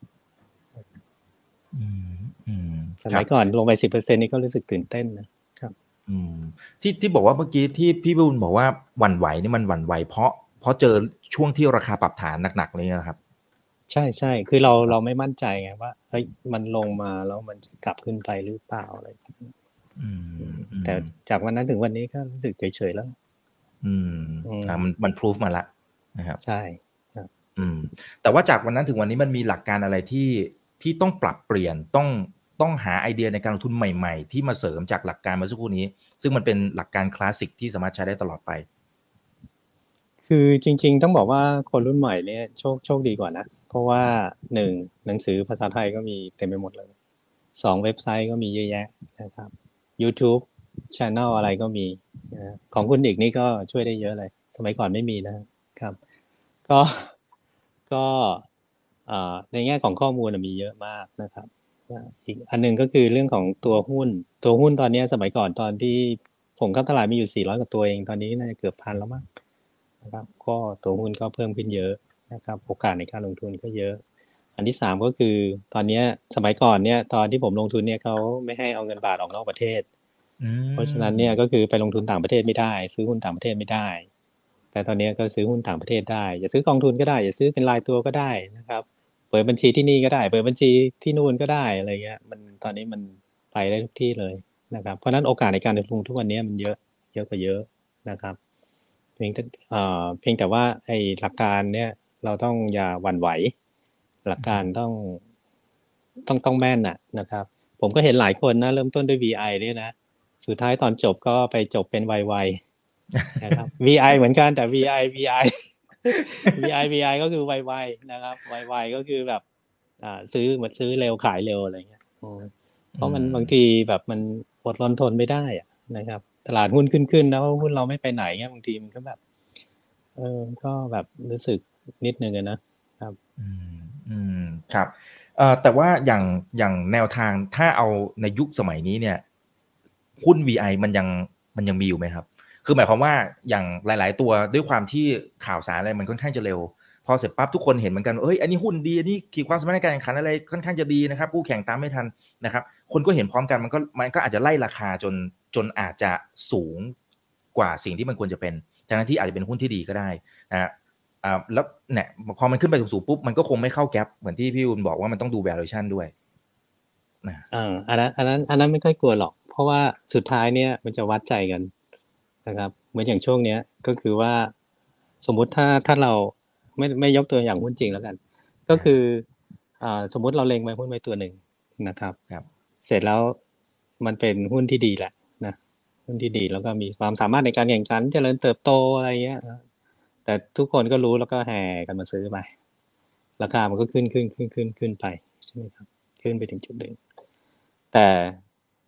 สมัยก่อนลงไป สิบเปอร์เซ็นต์ นี่ก็รู้สึกตื่นเต้นนะครับอืมที่ที่บอกว่าเมื่อกี้ที่พี่บุญบอกว่าหวั่นไหวนี่มันหวั่นไหวเพราะเพราะเจอช่วงที่ราคาปรับฐานหนักๆเลยนะครับใช่ๆคือเราเราไม่มั่นใจไงว่าเฮ้ยมันลงมาแล้วมันจะกลับขึ้นไปหรือเปล่าอะไรอืมแต่จากวันนั้นถึงวันนี้ก็รู้สึกเฉยๆแล้วอืมอ่ามันมันพิสูจมาละนะครับใช่ครับอืมแต่ว่าจากวันนั้นถึงวันนี้มันมีหลักการอะไรที่ที่ต้องปรับเปลี่ยนต้องต้องหาไอเดียในการลงทุนใหม่ๆที่มาเสริมจากหลักการเมื่อสักครู่นี้ซึ่งมันเป็นหลักการคลาสสิกที่สามารถใช้ได้ตลอดไปคือจริงๆต้องบอกว่าคนรุ่นใหม่เนี่ยโชคโชคดีกว่านะเพราะว่าหนึ่งหนังสือภาษาไทยก็มีเต็มไปหมดเลยสองเว็บไซต์ก็มีเยอะแยะนะครับ YouTube Channel อะไรก็มีนะของคุณอีกนี่ก็ช่วยได้เยอะเลยสมัยก่อนไม่มีนะครับก็ก็ในแง่ของข้อมูลมีเยอะมากนะครับอีกอันนึงก็คือเรื่องของตัวหุ้นตัวหุ้นตอนนี้สมัยก่อนตอนที่ผมเข้าตลาดมีอยู่สี่ร้อยกว่าตัวเองตอนนี้น่าจะเกือบพันแล้วมั้งนะครับก็ตัวหุ้นก็เพิ่มขึ้นเยอะนะครับโอกาสในการลงทุนก็เยอะอันที่สามก็คือตอนนี้สมัยก่อนเนี่ยตอนที่ผมลงทุนเนี่ยเขาไม่ให้เอาเงินบาทออกนอกประเทศเพราะฉะนั้นเนี่ยก็คือไปลงทุนต่างประเทศไม่ได้ซื้อหุ้นต่างประเทศไม่ได้แต่ตอนนี้ก็ซื้อหุ้นต่างประเทศได้อย่าซื้อกองทุนก็ได้อย่าซื้อเป็นรายตัวก็ได้นะครับเปิดบัญชีที่นี่ก็ได้เปิดบัญชีที่นู่นก็ได้อะไรเงี้ยมันตอนนี้มันไปได้ทุกที่เลยนะครับเพราะนั้นโอกาสในการลงทุนทุกวันนี้มันเยอะเยอะกว่าเยอะนะครับเพียงแต่เพียงแต่ว่าไอ้หลักการเนี่ยเราต้องอย่าหวั่นไหวหลักการต้องต้องต้องแม่นน่ะนะครับผมก็เห็นหลายคนนะเริ่มต้นด้วย วี ไอ เนี่ยนะสุดท้ายตอนจบก็ไปจบเป็น วาย วาย นะครับ วี ไอ เหมือนกันแต่ วี ไอ วี ไอ วี ไอ วี ไอ ก็คือ วาย วาย นะครับ วาย วาย ก็คือแบบอ่าซื้อเหมือนซื้อเร็วขายเร็วอะไรเงี้ยเพราะมันบางทีแบบมันอดรนทนไม่ได้อะนะครับตลาดหุ้นขึ้นๆแล้วหุ้นเราไม่ไปไหนเงี้ยบางทีมันก็แบบเออก็แบบรู้สึกนิดนึงนะครับอืมอืมครับเอ่อแต่ว่าอย่างอย่างแนวทางถ้าเอาในยุคสมัยนี้เนี่ยหุ้น วี ไอ มันยังมันยังมีอยู่ไหมครับคือหมายความว่าอย่างหลายๆตัวด้วยความที่ข่าวสารอะไรมันค่อนข้างจะเร็วพอเสร็จปั๊บทุกคนเห็นเหมือนกันเฮ้ยอันนี้หุ้นดีอันนี้ขีดความสามารถในการแข่งขันอะไรค่อนข้างจะดีนะครับคู่แข่งตามไม่ทันนะครับคนก็เห็นพร้อมกันมันก็มันก็อาจจะไล่ราคาจนจนอาจจะสูงกว่าสิ่งที่มันควรจะเป็นทั้งที่อาจจะเป็นหุ้นที่ดีก็ได้นะฮะอ่าแล้วเนี่ยพอมันขึ้นไปสูงๆปุ๊บมันก็คงไม่เข้าแก๊ปเหมือนที่พี่อุ่นบอกว่ามันต้องดู valuation ด้วยนะอ่าอันนั้นอันนั้นอันนั้นไม่ค่อยกลัวหรอกเพราะว่าสุดท้ายเนี่ยมันจะวัดใจกันนะครับเหมือนอย่างช่วงเนี้ยก็คือว่าสมมุติถ้าถ้าเราไม่ไม่ยกตัวอย่างหุ้นจริงแล้วกันก็คืออ่าสมมุติเราเล็งไว้หุ้นไว้ตัวหนึ่งนะครับเสร็จแล้วมันเป็นหุ้นที่ดีแหละนะหุ้นที่ดีแล้วก็มีความสามารถในการแข่งขันเจริญเติบโตอะไรเงี้ยแต่ทุกคนก็รู้แล้วก็แห่กันมาซื้อไปราคามันก็ขึ้นขึ้นขึ้นขึ้นขึ้นไปใช่ไหมครับขึ้นไปถึงจุดหนึ่งแต่พ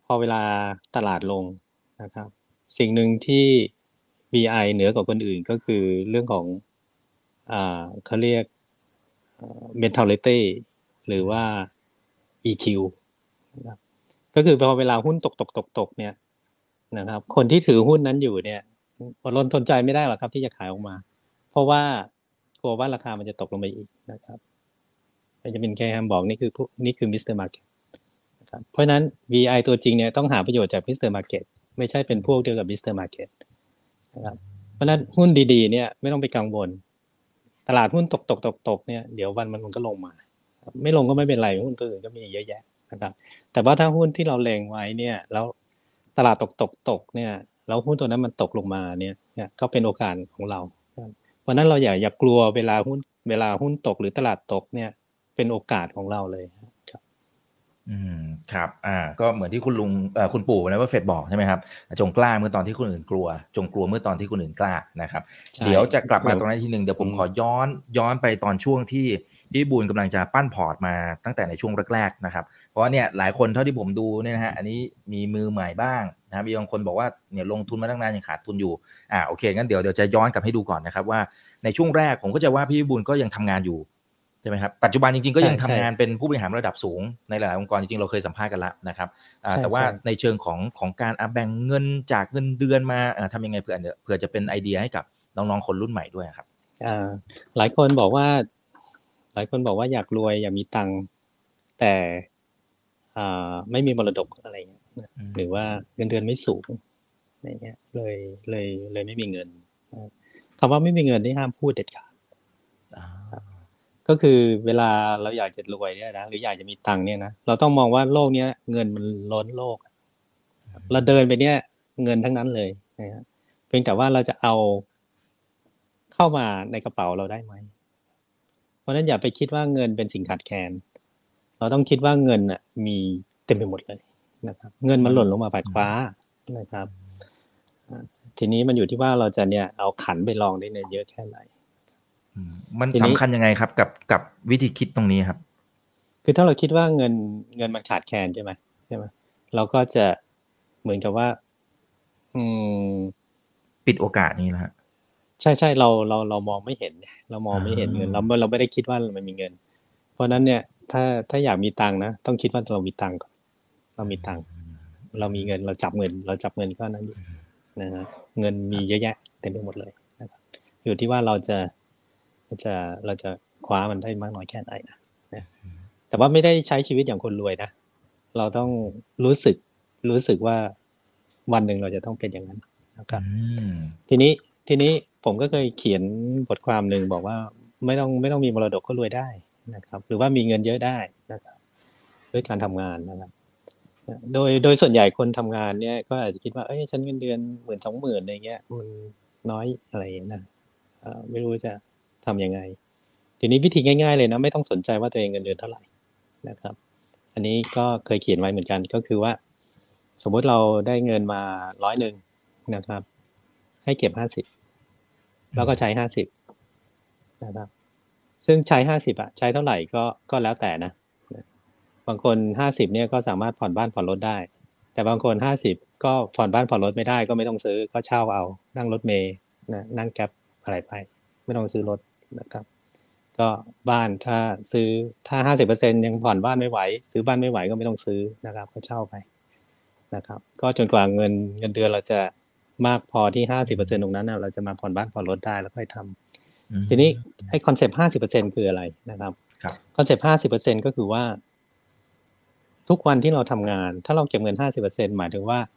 พอเวลาตลาดลงนะครับ สิ่งหนึ่งที่ วี ไอ เหนือกว่าคนอื่นก็คือเรื่องของอ่าเขาเรียกเอ่อ mentality หรือว่า อี คิว นะครับก็คือพอเวลาหุ้นตกตกตกตกเนี่ยนะครับคนที่ถือหุ้นนั้นอยู่เนี่ยอดรนทนใจไม่ได้หรอกครับที่จะขายออกมา เพราะว่ากลัวว่าราคามันจะตกลงไปอีกนะครับจะเป็นแค่บอกนี่คือนี่คือมิสเตอร์มาร์เก็ตนะครับเพราะฉะนั้น วี ไอ ตัวจริงเนี่ยต้องหาประโยชน์จากมิสเตอร์มาร์เก็ตไม่ใช่เป็นพวกเดียวกับมิสเตอร์มาร์เก็ตนะครับเพราะฉะนั้นหุ้นดีๆเนี่ยไม่ต้องไปกังวลตลาดหุ้นตกตกตกตกเนี่ยเดี๋ยววันมันก็ลงมาไม่ลงก็ไม่เป็นไรหุ้นตัวอื่นก็มีเยอะแยะนะครับแต่ว่าถ้าหุ้นที่เราเล็งไว้เนี่ยแล้วตลาดตกตกตกเนี่ยแล้วหุ้นตัวนั้นมันตกลงมาเนี่ยเนี่ยก็เป็นโอกาสของเราเพราะนั้นเราอย่าอย่ากลัวเวลาหุ้นเวลาหุ้นตกหรือตลาดตกเนี่ยเป็นโอกาสของเราเลยครับอืมครับอ่าก็เหมือนที่คุณลุงเอ่อคุณปู่นะว่าเฟดบอกใช่ไหมครับจงกล้าเมื่อตอนที่คนอื่นกลัวจงกลัวเมื่อตอนที่คนอื่นกล้านะครับเดี๋ยวจะกลับมาตรงนั้นทีนึงเดี๋ยวผมขอย้อนย้อนไปตอนช่วงที่พี่บูลกำลังจะปั้นพอร์ตมาตั้งแต่ในช่วงแรกๆนะครับเพราะว่าเนี่ยหลายคนเท่าที่ผมดูเนี่ยนะฮะอันนี้มีมือใหม่บ้างนะครับมีบางคนบอกว่าเนี่ยลงทุนมาตั้งนานยังขาดทุนอยู่อ่าโอเคงั้นเดี๋ยวเดี๋ยวจะย้อนกลับให้ดูก่อนนะครับว่าในช่วงแรกผมก็จะว่าพี่บูลก็ยังทำงานอยู่ใช่ไหมครับปัจจุบันจริงๆก็ยังทำงานเป็นผู้บริหารระดับสูงในหลายองค์กรจริงๆเราเคยสัมภาษณ์กันแล้วนะครับแต่ว่าในเชิงของของการแบ่งเงินจากเงินเดือนมาทำยังไงเผื่อเผื่อจะเป็นไอเดียให้กับน้องๆคนรุ่นใหม่ด้วยครับหลายคนบอกว่าหลายคนบอกว่าอยากรวยอยากมีตังค์แต่ไม่มีมรดกอะไรเงี้ยหรือว่าเงินเดือนไม่สูงอะไรเงี้ยเลยเลยเลยไม่มีเงินคำว่าไม่มีเงินที่ห้ามพูดเด็ดขาดก็คือเวลาเราอยากจะรวยเนี่ยนะหรืออยากจะมีตังค์เนี่ยนะเราต้องมองว่าโลกนี้เงินมันล้นโลกเราเดินไปเนี่ยเงินทั้งนั้นเลยนะเพียงแต่ว่าเราจะเอาเข้ามาในกระเป๋าเราได้ไหมเพราะฉะนั้นอย่าไปคิดว่าเงินเป็นสิ่งขาดแคลนเราต้องคิดว่าเงินน่ะมีเต็มไปหมดเลยนะครับเงินมันหล่นลงมาปากฟ้านะครับทีนี้มันอยู่ที่ว่าเราจะเนี่ยเอาขันไปลองได้เนี่ยเยอะแค่ไหนมันสำคัญยังไงครับกับกับวิธีคิดตรงนี้ครับคือถ้าเราคิดว่าเงินเงินมันขาดแคลนใช่ไหมใช่ไหมเราก็จะเหมือนกับว่าอืมปิดโอกาสนี้นะฮะใช่ใช่เราเราเรามองไม่เห็นเรามองไม่เห็นเงินเราเราไม่ได้คิดว่ามันมีเงินเพราะนั้นเนี่ยถ้าถ้าอยากมีตังค์นะต้องคิดว่าเรามีตังค์ก่อนเรามีตังค์เรามีเงินเราจับเงินเราจับเงินก็นั้นอยู่นะฮะเงินมีเยอะแยะเต็มไปหมดเลยนะครับอยู่ที่ว่าเราจะจะเราจะคว้ามันได้มากน้อยแค่ไหนนะนะแต่ว่าไม่ได้ใช้ชีวิตอย่างคนรวยนะเราต้องรู้สึกรู้สึกว่าวันหนึ่งเราจะต้องเป็นอย่างนั้นนะครับทีนี้ทีนี้ผมก็เคยเขียนบทความหนึ่งบอกว่าไม่ต้องไม่ต้องมีมรดกก็รวยได้นะครับหรือว่ามีเงินเยอะได้นะครับด้วยการทำงานนะครับโดยโดยส่วนใหญ่คนทำงานเนี่ยก็อาจจะคิดว่าเอ้ยฉันเงินเดือนหมื่นสองหมื่นอะไรเงี้ยมันน้อยอะไรนะไม่รู้จะทำยังไงทีนี้วิธีง่ายๆเลยนะไม่ต้องสนใจว่าตัวเองเงินเดือนเท่าไหร่นะครับอันนี้ก็เคยเขียนไว้เหมือนกันก็คือว่าสมมติเราได้เงินมาร้อยหนึ่งนะครับให้เก็บห้าสิบแล้วก็ใช้ห้าสิบนะครับซึ่งใช้ห้าสิบอ่ะใช้เท่าไหร่ก็ก็แล้วแต่นะบางคนห้าสิบเนี่ยก็สามารถผ่อนบ้านผ่อนรถได้แต่บางคนห้าสิบก็ผ่อนบ้านผ่อนรถไม่ได้ก็ไม่ต้องซื้อก็เช่าเอานั่งรถเมล์นะนั่งแกร็บอะไรไปไม่ต้องซื้อรถนะครับก็บ้านถ้าซื้อถ้า ห้าสิบเปอร์เซ็นต์ ยังผ่อนบ้านไม่ไหวซื้อบ้านไม่ไหวก็ไม่ต้องซื้อนะครับก็เช่าไปนะครับก็จนกว่าเงินเงินเดือนเราจะมากพอที่ ห้าสิบเปอร์เซ็นต์ ตรงนั้นนะเราจะมาผ่อนบ้านผ่อนรถได้แล้วค่อยทำทีนี้ไอ้คอนเซปต์ ห้าสิบเปอร์เซ็นต์ คืออะไรนะครับคอนเซปต์ ห้าสิบเปอร์เซ็นต์ ก็คือว่าทุกวันที่เราทำงานถ้าเราเก็บเงิน ห้าสิบเปอร์เซ็นต์ หมายถึงว่า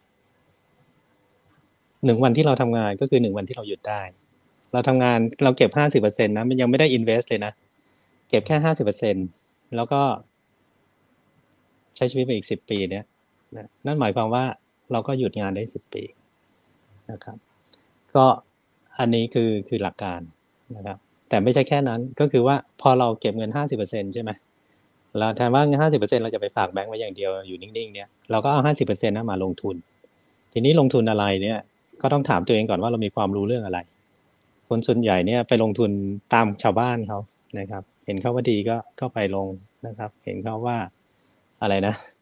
หนึ่งวันที่เราทำงานก็คือหนึ่งวันที่เราหยุดได้เราทำงานเราเก็บ ห้าสิบเปอร์เซ็นต์ นะมันยังไม่ได้ invest เลยนะเก็บแค่ ห้าสิบเปอร์เซ็นต์ แล้วก็ใช้ชีวิตไปอีกสิบปีเนี้ยนั่นหมายความว่าเราก็หยุดงานได้สิบปีนะครับก็อันนี้คือคือหลักการนะครับแต่ไม่ใช่แค่นั้นก็คือว่าพอเราเก็บเงิน ห้าสิบเปอร์เซ็นต์ ใช่ไหมเราแทนว่าเงิน ห้าสิบเปอร์เซ็นต์ เราจะไปฝากแบงก์ไว้อย่างเดียวอยู่นิ่งๆเนี่ยเราก็เอา ห้าสิบเปอร์เซ็นต์ นั้นมาลงทุนทีนี้ลงทุนอะไรเนี่ยก็ต้องถามตัวเองก่อนว่าเรามีความรู้เรื่องอะไรคนส่วนใหญ่เนี่ยไปลงทุนตามชาวบ้านเขานะครับเห็นเขาว่าดีก็ก็ไปลงนะครับเห็นเขาว่าอะไรนะ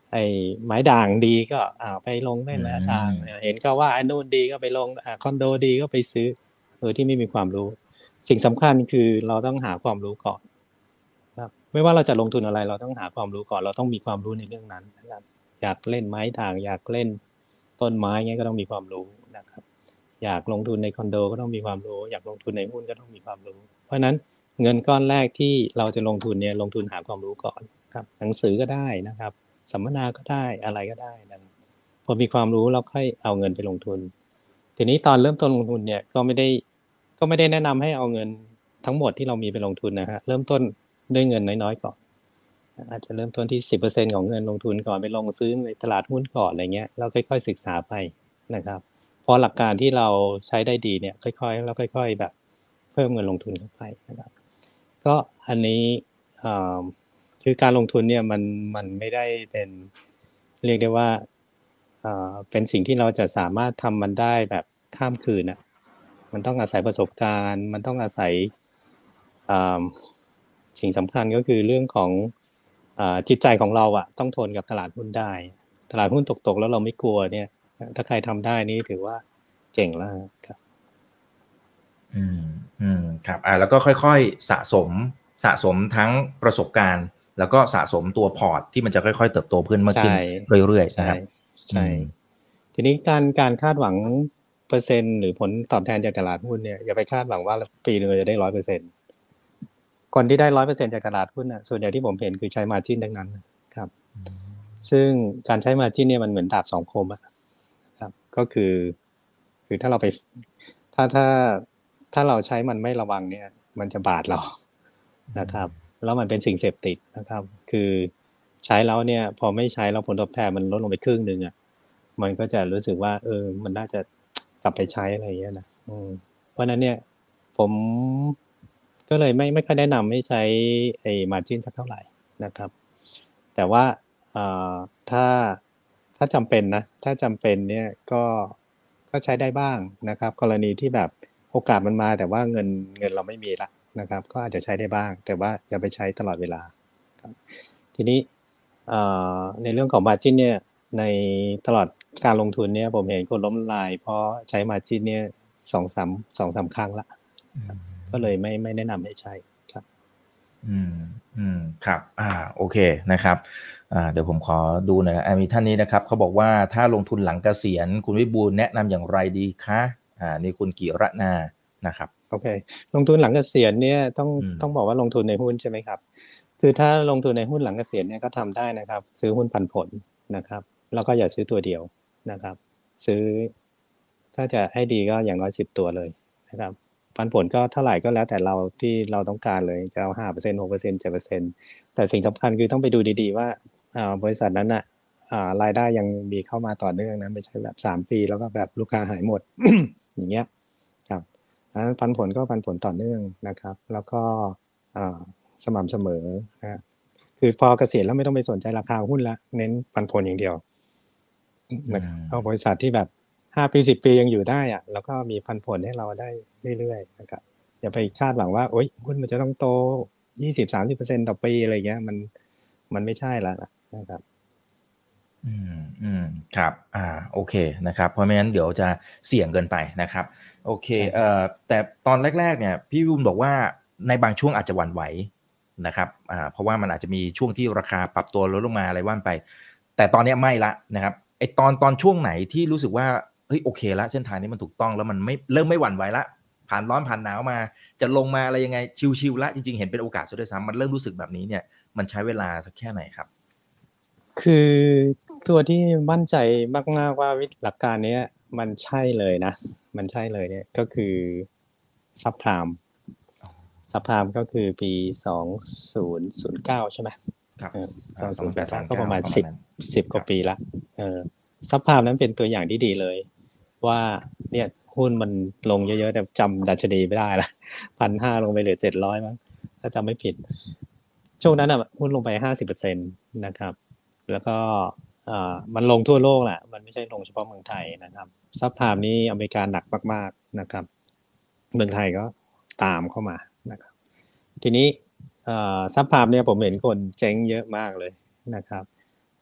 ไอ้ไม้ด่างดีก็อ่าไปลงเล่นไม้ด่างอืมเอ่อเห็นเขาว่าอันนู่นดีก็ไปลงอ่าคอนโดดีก็ไปซื้อโดยที่ไม่มีความรู้ สิ่งสำคัญคือเราต้องหาความรู้ก่อนครับไม่ว่าเราจะลงทุนอะไรเราต้องหาความรู้ก่อนเราต้องมีความรู้ในเรื่องนั้นนะครับอยากเล่นไม้ด่างอยากเล่นต้นไม้เงี้ยก็ต้องมีความรู้นะครับอยากลงทุนในคอนโดก็ต้องมีความรู้อยากลงทุนในหุ้นก็ต้องมีความรู้ เพราะฉะนั้นเงินก้อนแรกที่เราจะลงทุนเนี่ยลงทุนหาความรู้ก่อนครับหนังสือก็ได้นะครับสัมมนาก็ได้อะไรก็ได้นะครับพอมีความรู้เราค่อยเอาเงินไปลงทุนทีนี้ตอนเริ่มต้นลงทุนเนี่ยก็ไม่ได้ก็ไม่ได้แนะนำให้เอาเงินทั้งหมดที่เรามีไปลงทุนนะฮะเริ่มต้นด้วยเงินน้อยๆก่อนอาจจะเริ่มต้นที่ สิบเปอร์เซ็นต์ ของเงินลงทุนก่อนไปลงซื้อในตลาดหุ้นก่อนอะไรเงี้ยแล้วค่อยๆศึกษาไปนะครับพอหลักการที่เราใช้ได้ดีเนี่ยค่อยๆแล้วค่อยๆแบบเพิ่มเงินลงทุนเข้าไปนะครับก็อันนี้อ่าคือการลงทุนเนี่ยมันมันไม่ได้เป็นเรียกได้ว่าอ่าเป็นสิ่งที่เราจะสามารถทำมันได้แบบข้ามคืนน่ะมันต้องอาศัยประสบการณ์มันต้องอาศัยอ่าสิ่งสำคัญก็คือเรื่องของอ่าจิตใจของเราอะต้องทนกับตลาดหุ้นได้ตลาดหุ้นตกๆแล้วเราไม่กลัวเนี่ยถ้าใครทำได้นี่ถือว่าเก่งแล้วครับอืมอืมครับอ่าแล้วก็ค่อยๆสะสมสะสมทั้งประสบการณ์แล้วก็สะสมตัวพอร์ตที่มันจะค่อยๆเติบโตขึ้นมากขึ้นใช่เรื่อยๆนะใช่ครับใช่ทีนี้การการคาดหวังเปอร์เซ็นต์หรือผลตอบแทนจากตลาดหุ้นเนี่ยอย่าไปคาดหวังว่าปีหนึงเราจะได้ร้อยเปอร์เซ็นต์คนที่ได้ร้อยเปอร์เซ็นต์จากตลาดหุ้นน่ะส่วนใหญ่ที่ผมเห็นคือใช้ margin ทั้งนั้นครับซึ่งการใช้ margin เนี่ยมันเหมือนดาบสองคมอะครับก็คือคือถ้าเราไปถ้าถ้าถ้าเราใช้มันไม่ระวังเนี่ยมันจะบาดเรานะครับแล้วมันเป็นสิ่งเสพติดนะครับคือใช้แล้วเนี่ยพอไม่ใช้แล้วผลตอบแทนมันลดลงไปครึ่งหนึ่งอะมันก็จะรู้สึกว่าเออมันน่าจะกลับไปใช้อะไรอย่างเงี้ยนะอืมเพราะฉะนั้นเนี่ยผมก็เลยไม่ไม่ค่อยแนะนำให้ใช้ไอ้ margin สักเท่าไหร่นะครับ แต่ว่าเอ่อถ้าถ้าจำเป็นนะถ้าจำเป็นเนี่ยก็ก็ใช้ได้บ้างนะครับกรณีที่แบบโอกาสมันมาแต่ว่าเงินเงินเราไม่มีแล้วนะครับก็อาจจะใช้ได้บ้างแต่ว่าอย่าไปใช้ตลอดเวลาครับทีนี้เอ่อในเรื่องของ margin เนี่ยในตลอดการลงทุนเนี่ยผมเห็นคนล้มละลายเพราะใช้ margin เนี่ยสองสามสองสามครั้งแล้วครับก็เลยไม่ไม่แนะนำให้ใช้ครับอืมอืมครับอ่าโอเคนะครับอ่าเดี๋ยวผมขอดูหน่อยนะอ่ามีท่านนี้นะครับเขาบอกว่าถ้าลงทุนหลังเกษียณคุณวิบูลย์แนะนำอย่างไรดีคะอ่านี่คุณกิรนานะครับโอเคลงทุนหลังเกษียณเนี่ยต้องอืมต้องบอกว่าลงทุนในหุ้นใช่ไหมครับคือถ้าลงทุนในหุ้นหลังเกษียณเนี่ยก็ทำได้นะครับซื้อหุ้นปันผลนะครับแล้วก็อย่าซื้อตัวเดียวนะครับซื้อถ้าจะให้ดีก็อย่างน้อยสิบตัวเลยนะครับปันผลก็เท่าไหร่ก็แล้วแต่เราที่เราต้องการเลยจะเอาห้าเปอร์เซ็นต์หกเปอร์เซ็นต์เจ็ดเปอร์เซ็นต์แต่สิ่งสำคัญคือต้องไปดูดีๆว่าอ่าบริษัทนั้นน่ะอ่ารายได้ยังมีเข้ามาต่อเนื่องนะไม่ใช่แบบสามปีแล้วก็แบบลูกค้าหายหมด อย่างเงี้ยครับ ดังนั้นปันผลก็ปันผลต่อเนื่องนะครับแล้วก็สม่ำเสมอนะคือพอเกษียณแล้วไม่ต้องไปสนใจราคาหุ้นละเน้นปันผลอย่างเดียวนะครับเอาบริษัทที่แบบห้าปีสิบปียังอยู่ได้อะแล้วก็มีปันผลให้เราได้เรื่อยๆนะครับอย่าไปคาดหวังว่าโอ๊ยหุ้นมันจะต้องโตยี่สิบสามสิบเปอร์เซ็นต์ต่อปีอะไรเงี้ยมันมันไม่ใช่แล้วนะครับอืมอืมครับอ่าโอเคนะครับเพราะไม่งั้นเดี๋ยวจะเสี่ยงเกินไปนะครับโอเคเอ่อแต่ตอนแรกๆเนี่ยพี่วิบูลย์บอกว่าในบางช่วงอาจจะหวั่นไหวนะครับอ่าเพราะว่ามันอาจจะมีช่วงที่ราคาปรับตัวลดลงมาอะไรว่านไปแต่ตอนเนี้ยไม่ละนะครับไอ้ตอนตอนช่วงไหนที่รู้สึกว่าเฮ้ยโอเคแล้วเส้นทางนี้มันถูกต้องแล้วมันไม่เริ่มไม่หวั่นไหวละผ่านร้อนผ่านหนาวมาจะลงมาอะไรยังไงชิลๆแล้วจริงๆเห็นเป็นโอกาสซะด้วยซ้ำมันเริ่มรู้สึกแบบนี้เนี่ยมันใช้เวลาสักแค่ไหนครับคือตัวที่มั่นใจมากๆว่าวิหลักการเนี้ยมันใช่เลยนะมันใช่เลยเนี่ยก็คือซับไพรม์ซับไพรม์ก็คือปีสองพันเก้าใช่ไหมครับเออสอ่าองสองศูพันนย์แปดเก้าสามก็เก้าประมาณประมาสิณบนั้นสิบกว่าปีละเออซับไพรม์นั้นเป็นตัวอย่างที่ดีเลยว่าเนี่ยหุ้นมันลงเยอะๆแต่จำดัชนีไม่ได้ละพันห้าลงไปเหลือเจ็ดร้อยมั้งถ้าจำไม่ผิดช่วงนั้นอ่ะหุ้นลงไปห้าสิบเปอร์เซ็นต์นะครับแล้วก็อ่ามันลงทั่วโลกแหละมันไม่ใช่ลงเฉพาะเมืองไทยนะครับซับไพรม์นี้อเมริกาหนักมากๆนะครับเมืองไทยก็ตามเข้ามานะครับทีนี้ซับไพรม์เนี่ยผมเห็นคนเจ๊งเยอะมากเลยนะครับแ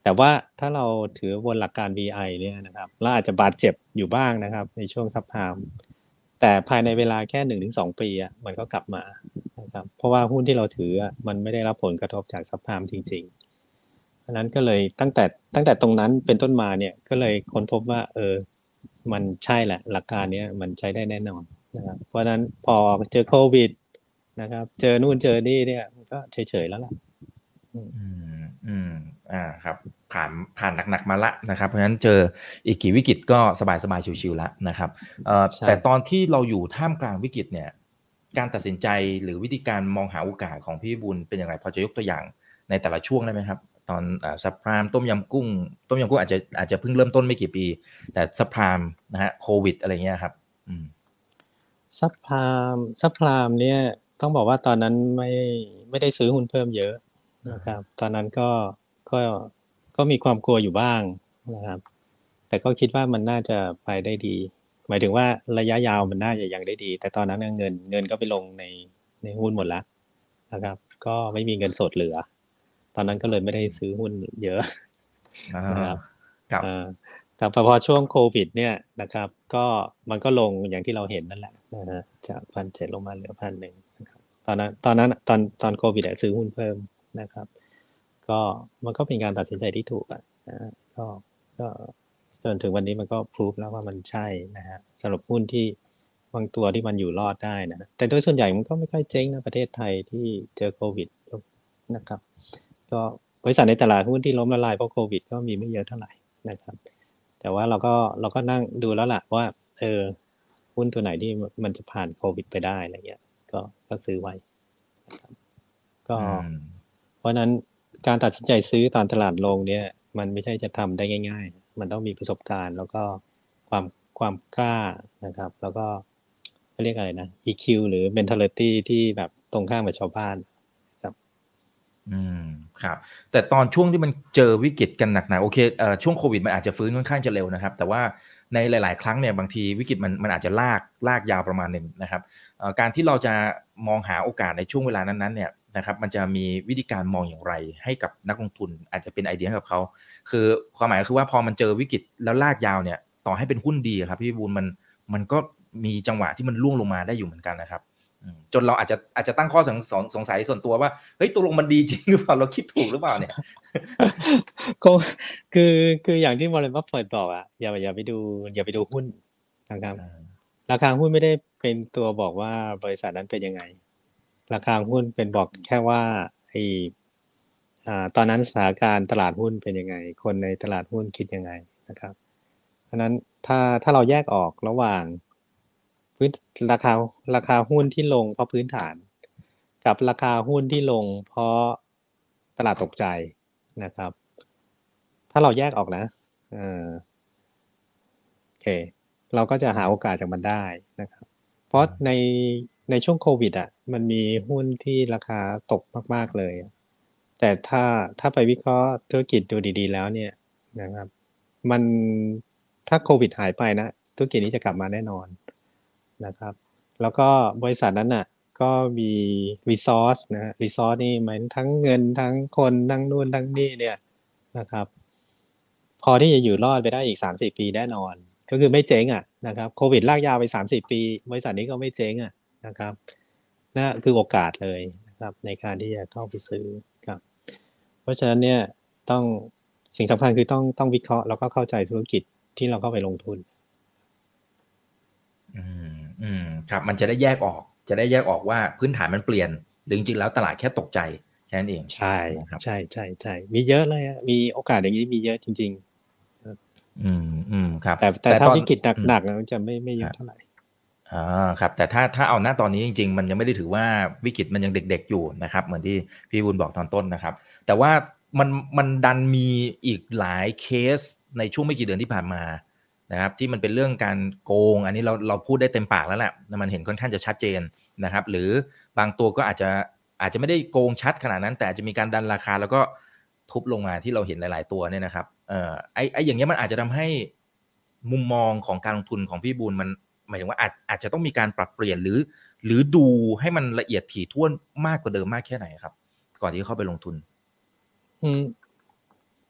แต่ว่าถ้าเราถือบนหลักการ วี ไอ เนี่ยนะครับเราอาจจะบาดเจ็บอยู่บ้างนะครับในช่วงซับไพรม์แต่ภายในเวลาแค่ หนึ่งถึงสอง ปีอ่ะมันก็กลับมานะครับเพราะว่าหุ้นที่เราถืออ่ะมันไม่ได้รับผลกระทบจากซับไพรม์จริงๆเพราะนั้นก็เลยตั้งแต่ตั้งแต่ตรงนั้นเป็นต้นมาเนี่ยก็เลยค้นพบว่าเออมันใช่แหละหลักการนี้มันใช้ได้แน่นอนนะครับเพราะฉะนั้นพอเจอโควิดนะครับเจอนู่นเจอนี่เนี่ยก็เฉยๆแล้วล่ะอืมอืมอ่าครับผ่านผ่านหนักๆมาละนะครับเพราะฉะนั้นเจออีกกี่วิกฤตก็สบายๆชิวๆแล้วนะครับเอ่อแต่ตอนที่เราอยู่ท่ามกลางวิกฤตเนี่ยการตัดสินใจหรือวิธีการมองหาโอกาสของพี่บุญเป็นอย่างไรพอจะยกตัวอย่างในแต่ละช่วงได้ไหมครับตอนอ่าซับไพรม์ต้มยำกุ้งต้มยำกุ้งอาจจะอาจจะเพิ่งเริ่มต้นไม่กี่ปีแต่ซับไพรม์นะฮะโควิดอะไรเงี้ยครับอืมซับไพรม์ซับไพรม์เนี่ยต้องบอกว่าตอนนั้นไม่ไม่ได้ซื้อหุ้นเพิ่มเยอะนะครับตอนนั้นก็ก็ก็มีความกลัวอยู่บ้างนะครับแต่ก็คิดว่ามันน่าจะไปได้ดีหมายถึงว่าระยะยาวมันน่าจะยังได้ดีแต่ตอนนั้นเงินเงินก็ไปลงในในหุ้นหมดแล้วนะครับก็ไม่มีเงินสดเหลือตอนนั้นก็เลยไม่ได้ซื้อหุ้นเยอะนะครับครับแต่พอช่วงโควิดเนี่ยนะครับก็มันก็ลงอย่างที่เราเห็นนั่นแหละนะฮะจากพันเจ็ดลงมาเหลือพันหนึ่งนะครับตอนนั้นตอนนั้นตอนตอนโควิดซื้อหุ้นเพิ่มนะครับก็มันก็เป็นการตัดสินใจที่ถูกอ่ะนะก็ก็จนถึงวันนี้มันก็พิสูจแล้วว่ามันใช่นะฮะสำหรับหุ้นที่บางตัวที่มันอยู่รอดได้นะแต่โดยส่วนใหญ่มันก็ไม่ค่อยเจ๊งนะประเทศไทยที่เจอโควิดนะครับก็บริษัทในตลาดหุ้นที่ล้มละลายเพราะโควิดก็มีไม่เยอะเท่าไหร่นะครับแต่ว่าเราก็เราก็นั่งดูแล้วล่ะว่าเออหุ้นตัวไหนที่มันจะผ่านโควิดไปได้อะไรเงี้ยก็ก็ซื้อไว้นะครับก็เพราะนั้นการตัดสินใจซื้อตอนตลาดลงเนี่ยมันไม่ใช่จะทำได้ง่ายๆมันต้องมีประสบการณ์แล้วก็ความความกล้านะครับแล้วก็เขาเรียกอะไรนะ อี คิว หรือ mentality ที่แบบตรงข้ามกับชาวบ้านครับอืมครับแต่ตอนช่วงที่มันเจอวิกฤตกันหนักๆโอเคเอ่อช่วงโควิดมันอาจจะฟื้นค่อนข้างจะเร็วนะครับแต่ว่าในหลายๆครั้งเนี่ยบางทีวิกฤตมันมันอาจจะลากลากยาวประมาณหนึ่งนะครับเอ่อการที่เราจะมองหาโอกาสในช่วงเวลานั้นๆเนี่ยนะครับมันจะมีวิธีการมองอย่างไรให้กับนักลงทุนอาจจะเป็นไอเดียให้กับเขาคือความหมายก็คือว่าพอมันเจอวิกฤตแล้วลากยาวเนี่ยต่อให้เป็นหุ้นดีอะครับพี่บูลมันมันก็มีจังหวะที่มันร่วงลงมาได้อยู่เหมือนกันนะครับ จนเราอาจจะอาจจะตั้งข้อสงสงสงสัยส่วนตัวว่าเฮ้ยตกลงมันดีจริงหรือเปล่าเราคิดถูกหรือเปล่าเนี่ยก็คือคืออย่างที่วอร์เรนบัฟเฟตบอกอ่ะอย่าอย่าไปดูอย่าไปดูหุ้นนะครับราคาหุ้นไม่ได้เป็นตัวบอกว่าบริษัทนั้นเป็นยังไงราคาหุ้นเป็นบอกแค่ว่าไออ่าตอนนั้นสถานการณ์ตลาดหุ้นเป็นยังไงคนในตลาดหุ้นคิดยังไงนะครับเพราะนั้นถ้าถ้าเราแยกออกระหว่างพื้นราคาราคาหุ้นที่ลงเพราะพื้นฐานกับราคาหุ้นที่ลงเพราะตลาดตกใจนะครับถ้าเราแยกออกนะเออโอเคเราก็จะหาโอกาสจากมันได้นะครับเพราะในในช่วงโควิดอ่ะมันมีหุ้นที่ราคาตกมากๆเลยแต่ถ้าถ้าไปวิเคราะห์ธุรกิจดูดีๆแล้วเนี่ยนะครับมันถ้าโควิดหายไปนะธุรกิจนี้จะกลับมาแน่นอนนะครับแล้วก็บริษัทนั้นน่ะก็มี resource นะฮะ resource นี่หมายทั้งเงินทั้งคนทั้งนู่นทั้งนี่เนี่ยนะครับพอที่จะอยู่รอดไปได้อีก สามถึงสี่ ปีแน่นอนก็คือไม่เจ๊งอ่ะนะครับโควิดลากยาวไป สามถึงสี่ ปีบริษัทนี้ก็ไม่เจ๊งอ่ะนะครับนั่นคือโอกาสเลยนะครับในการที่จะเข้าไปซื้อครับเพราะฉะนั้นเนี่ยต้องสิ่งสำคัญคือต้องต้องวิเคราะห์แล้วก็เข้าใจธุรกิจที่เราเข้าไปลงทุนอืมอืมครับมันจะได้แยกออกจะได้แยกออกว่าพื้นฐานมันเปลี่ยนหรือจริงๆแล้วตลาดแค่ตกใจแค่นั้นเองใช่นะครับใช่ใช่ใช่มีเยอะเลยอะมีโอกาสอย่างนี้มีเยอะจริงๆอืมอืมครับแต่แต่แต่ตอนถ้าวิกฤตอืมหนักๆมันจะไม่ไม่เยอะเท่าไหร่อาครับแต่ถ้าถ้าเอาณตอนนี้จริงๆมันยังไม่ได้ถือว่าวิกฤตมันยังเด็กๆอยู่นะครับเหมือนที่พี่วุฒิบอกตอนต้นนะครับแต่ว่ามันมันดันมีอีกหลายเคสในช่วงไม่กี่เดือนที่ผ่านมานะครับที่มันเป็นเรื่องการโกงอันนี้เราเราพูดได้เต็มปากแล้วแหละมันเห็นค่อนข้างจะชัดเจนนะครับหรือบางตัวก็อาจจะอาจจะไม่ได้โกงชัดขนาดนั้นแต่อาจจะมีการดันราคาแล้วก็ทุบลงมาที่เราเห็นหลายๆตัวเนี่ยนะครับเอ่อไอ้ไอ้อย่างเงี้ยมันอาจจะทำให้มุมมองของการลงทุนของพี่บูลมัน หมายถึงว่าอาจอาจจะต้องมีการปรับเปลี่ยนหรือหรือดูให้มันละเอียดถี่ถ้วนมากกว่าเดิมมากแค่ไหนครับก่อนที่จะเข้าไปลงทุนอืม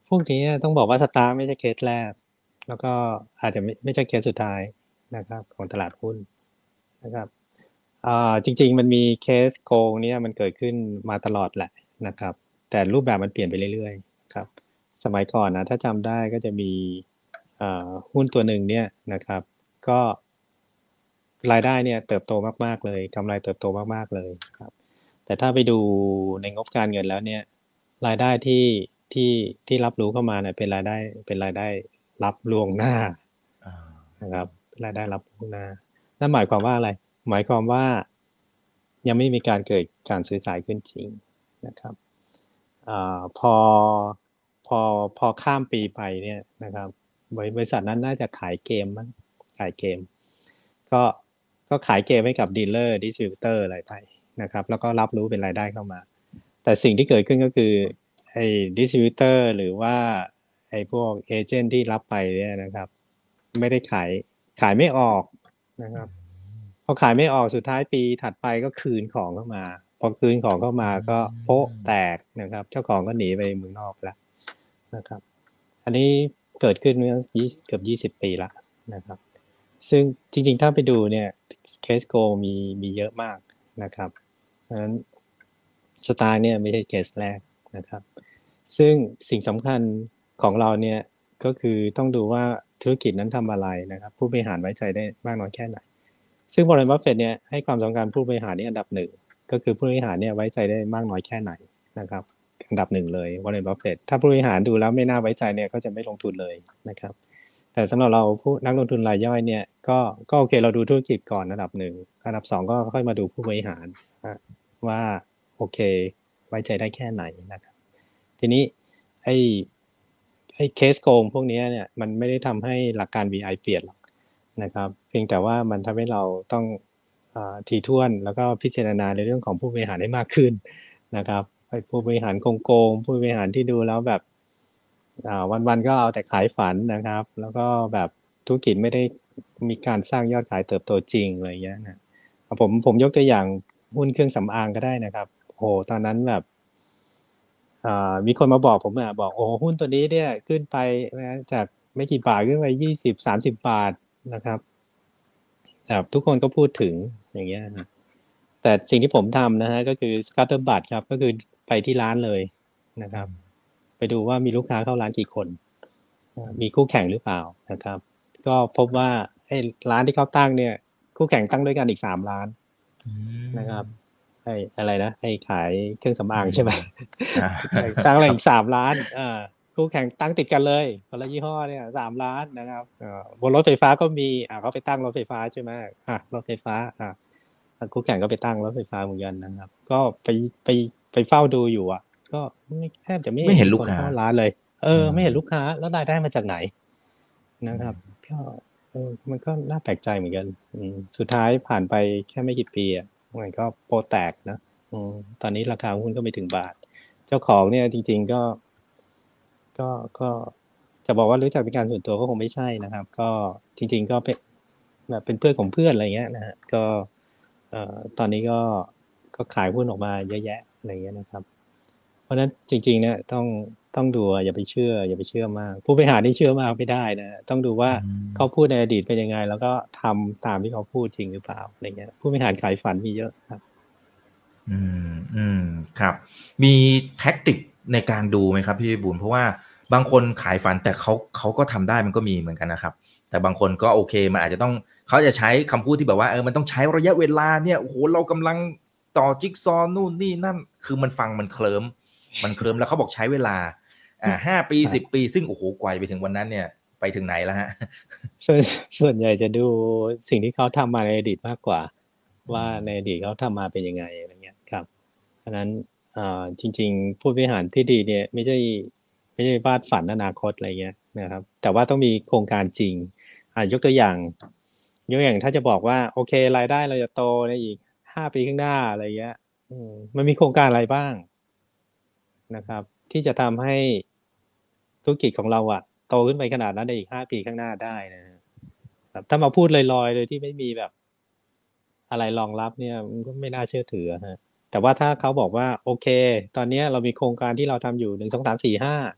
พวกนี้ต้องบอกว่าสตาร์ไม่ใช่เคสแรกแล้วก็อาจจะไม่ไม่ใช่เคสสุดท้ายนะครับของตลาดหุ้นนะครับอ่าจริงๆมันมีเคสโกงเนี่ยมันเกิดขึ้นมาตลอดแหละนะครับแต่รูปแบบมันเปลี่ยนไปเรื่อยๆครับสมัยก่อนนะถ้าจำได้ก็จะมีอ่าหุ้นตัวหนึ่งเนี่ยนะครับก็รายได้เนี่ยเติบโตมากๆเลยกำไรเติบโตมากๆเลยครับแต่ถ้าไปดูในงบการเงินแล้วเนี่ยรายได้ที่ที่ที่รับรู้เข้ามาเนี่ยเป็นรายได้เป็นรายได้รับล่วงหน้าอ่านะครับรายได้รับล่วงหน้านั่นหมายความว่าอะไรหมายความว่ายังไม่มีการเกิดการซื้อขายขึ้นจริงนะครับอาพอพอพอข้ามปีไปเนี่ยนะครับบริบริษัทนั้นน่าจะขายเกมมั้งขายเกมก็ก็ขายเกมให้กับดีลเลอร์ดิสทริบิวเตอร์อะไรไปนะครับแล้วก็รับรู้เป็นรายได้เข้ามาแต่สิ่งที่เกิดขึ้นก็คือไอ้ดิสทริบิวเตอร์หรือว่าไอ้พวกเอเจนต์ที่รับไปเนี่ยนะครับไม่ได้ขายขายไม่ออกนะครับพอขายไม่ออกสุดท้ายปีถัดไปก็คืนของเข้ามาพอคืนของเข้ามาก็โป๊ะแตกนะครับเจ้าของก็หนีไปเมืองนอกแล้วนะครับอันนี้เกิดขึ้นเมื่อเกือบยี่สิบปีแล้วนะครับซึ่งจริงๆถ้าไปดูเนี่ยเคสโกมีมีเยอะมากนะครับเพราะฉะนั้นสตาร์เนี่ยไม่ใช่เคสแรกนะครับซึ่งสิ่งสำคัญของเราเนี่ยก็คือต้องดูว่าธุรกิจนั้นทำอะไรนะครับผู้บริหารไว้ใจได้มากน้อยแค่ไหนซึ่งวอร์เรน บัฟเฟตต์เนี่ยให้ความสำคัญผู้บริหารนี่อันดับหนึ่งก็คือผู้บริหารเนี่ยไว้ใจได้มากน้อยแค่ไหนนะครับอันดับหนึ่งเลยวอร์เรน บัฟเฟตต์ถ้าผู้บริหารดูแล้วไม่น่าไว้ใจเนี่ยก็จะไม่ลงทุนเลยนะครับแต่สำหรับเราผู้นักลงทุนรายย่อยเนี่ยก็ก็โอเคเราดูธุรกิจก่อนอันดับหนึ่งอันดับสองก็ค่อยมาดูผู้บริหารว่าโอเคไว้ใจได้แค่ไหนนะครับทีนี้ไอ้ไอ้เคสโกงพวกนี้เนี่ยมันไม่ได้ทำให้หลักการ วี ไอ เปลี่ยนหรอกนะครับเพียงแต่ว่ามันทำให้เราต้องอ่าถี่ถ้วนแล้วก็พิจารณาในเรื่องของผู้บริหารให้มากขึ้นนะครับไอ้ผู้บริหารโกงๆผู้บริหารที่ดูแล้วแบบอ่าวันๆก็เอาแต่ขายฝันนะครับแล้วก็แบบธุรกิจไม่ได้มีการสร้างยอดขายเติบโตจริงอะไรอย่างเงี้ยนะผมผมยกตัวอย่างหุ้นเครื่องสำอางก็ได้นะครับโอ้โฮตอนนั้นแบบอ่ามีคนมาบอกผมอะบอกโอ้โฮหุ้นตัวนี้เนี่ยขึ้นไปนะจากไม่กี่บาทขึ้นไปยี่สิบสามสิบบาทนะครับแบบทุกคนก็พูดถึงอย่างเงี้ยครับแต่สิ่งที่ผมทำนะครับก็คือ Scuttlebot ครับก็คือไปที่ร้านเลยนะครับไปดูว่ามีลูกค้าเข้าร้านกี่คนอามีคู่แข่งหรือเปล่านะครับก็พบว่าไอ้ร้านที่เขาตั้งเนี่ยคู่แข่งตั้งด้วยกันอีกสามร้านนะครับไอ้อะไรนะไอ้ขายเครื่องสำอางใช่ไหมอ่าตั้งอะไรอีกสามร้านอาคู่แข่งตั้งติดกันเลยคนละยี่ห้อเนี่ยสามร้านนะครับเอ่อบนรถไฟฟ้าก็มีอ่าเขาไปตั้งรถไฟฟ้าใช่ไหมอ่ารถไฟฟ้าอ่าคู่แข่งก็ไปตั้งรถไฟฟ้าเหมือนกันนะครับก็ไปไปไปเฝ้าดูอยู่อะก็ไม่แทบจะไม่ไม่เห็นมีลูคกนค้าเข้าร้านเลยเอออืมไม่เห็นลูกค้าแล้วรายได้มาจากไหนนะครับก็เออมันก็น่าแปลกใจเหมือนกันอืมสุดท้ายผ่านไปแค่ไม่กี่ปีอะมันก็โป๊ะแตกนะอืมตอนนี้ราคาหุ้นก็ไม่ถึงบาท เจ้าของเนี่ยจริงๆก็ก็ก็จะบอกว่ารู้จักเป็นการส่วนตัวก็คงไม่ใช่นะครับก็จริงๆก็เป็นแบบเป็นเพื่อนของเพื่อนอะไรอย่างเงี้ยนะครับก็เอ่อตอนนี้ก็ก็ขายหุ้นออกมาเยอะแยะอะไรอย่างเงี้ยนะครับเพราะฉะนั้นจริงๆเนี่ยต้องต้องดูอะอย่าไปเชื่ออย่าไปเชื่อมากผู้บริหารนี่เชื่อมากไม่ได้นะครับต้องดูว่าอืมเขาพูดในอดีตเป็นยังไงแล้วก็ทำตามที่เขาพูดจริงหรือเปล่าอะไรเงี้ยผู้บริหารขายฝันมีเยอะครับอืมอืมครับมีแท็กติกในการดูไหมครับพี่บุญเพราะว่าบางคนขายฝันแต่เขาเขาก็ทำได้มันก็มีเหมือนกันนะครับแต่บางคนก็โอเคมันอาจจะต้องเขาจะใช้คำพูดที่แบบว่าเออมันต้องใช้ระยะเวลาเนี่ยโอ้โหเรากำลังต่อจิ๊กซอว์นู่นนี่นั่นคือมันฟังมันเคลิ้มมันเคลิ้มแล้วเขาบอกใช้เวลาอ่าห้าปีสิบปีซึ่งโอ้โหกว่าจะไปถึงวันนั้นเนี่ยไปถึงไหนแล้วฮะส่วนส่วนใหญ่จะดูสิ่งที่เขาทำมาในอดีตมากกว่าว่าในอดีตเขาทำมาเป็นยังไงอะไรเงี้ยครับเพราะฉะนั้นอ่าจริงๆผู้บริหารที่ดีเนี่ยไม่ใช่ไม่ใช่วาดฝันอนาคตอะไรเงี้ยนะครับแต่ว่าต้องมีโครงการจริงอ่ายกตัวอย่างยกตัวอย่างถ้าจะบอกว่าโอเครายได้เราจะโตในอีกห้าปีข้างหน้าอะไรเงี้ยอืมมันมีโครงการอะไรบ้างนะครับที่จะทำให้ธุรกิจของเราอะโตขึ้นไปขนาดนั้นในอีกห้าปีข้างหน้าได้นะครับ ครับถ้ามาพูดลอยๆโดยที่ไม่มีแบบอะไรรองรับเนี่ยมันก็ไม่น่าเชื่อถืออะครับแต่ว่าถ้าเขาบอกว่าโอเคตอนเนี้ยเรามีโครงการที่เราทำอยู่หนึ่ง สอง สาม สี่ ห้า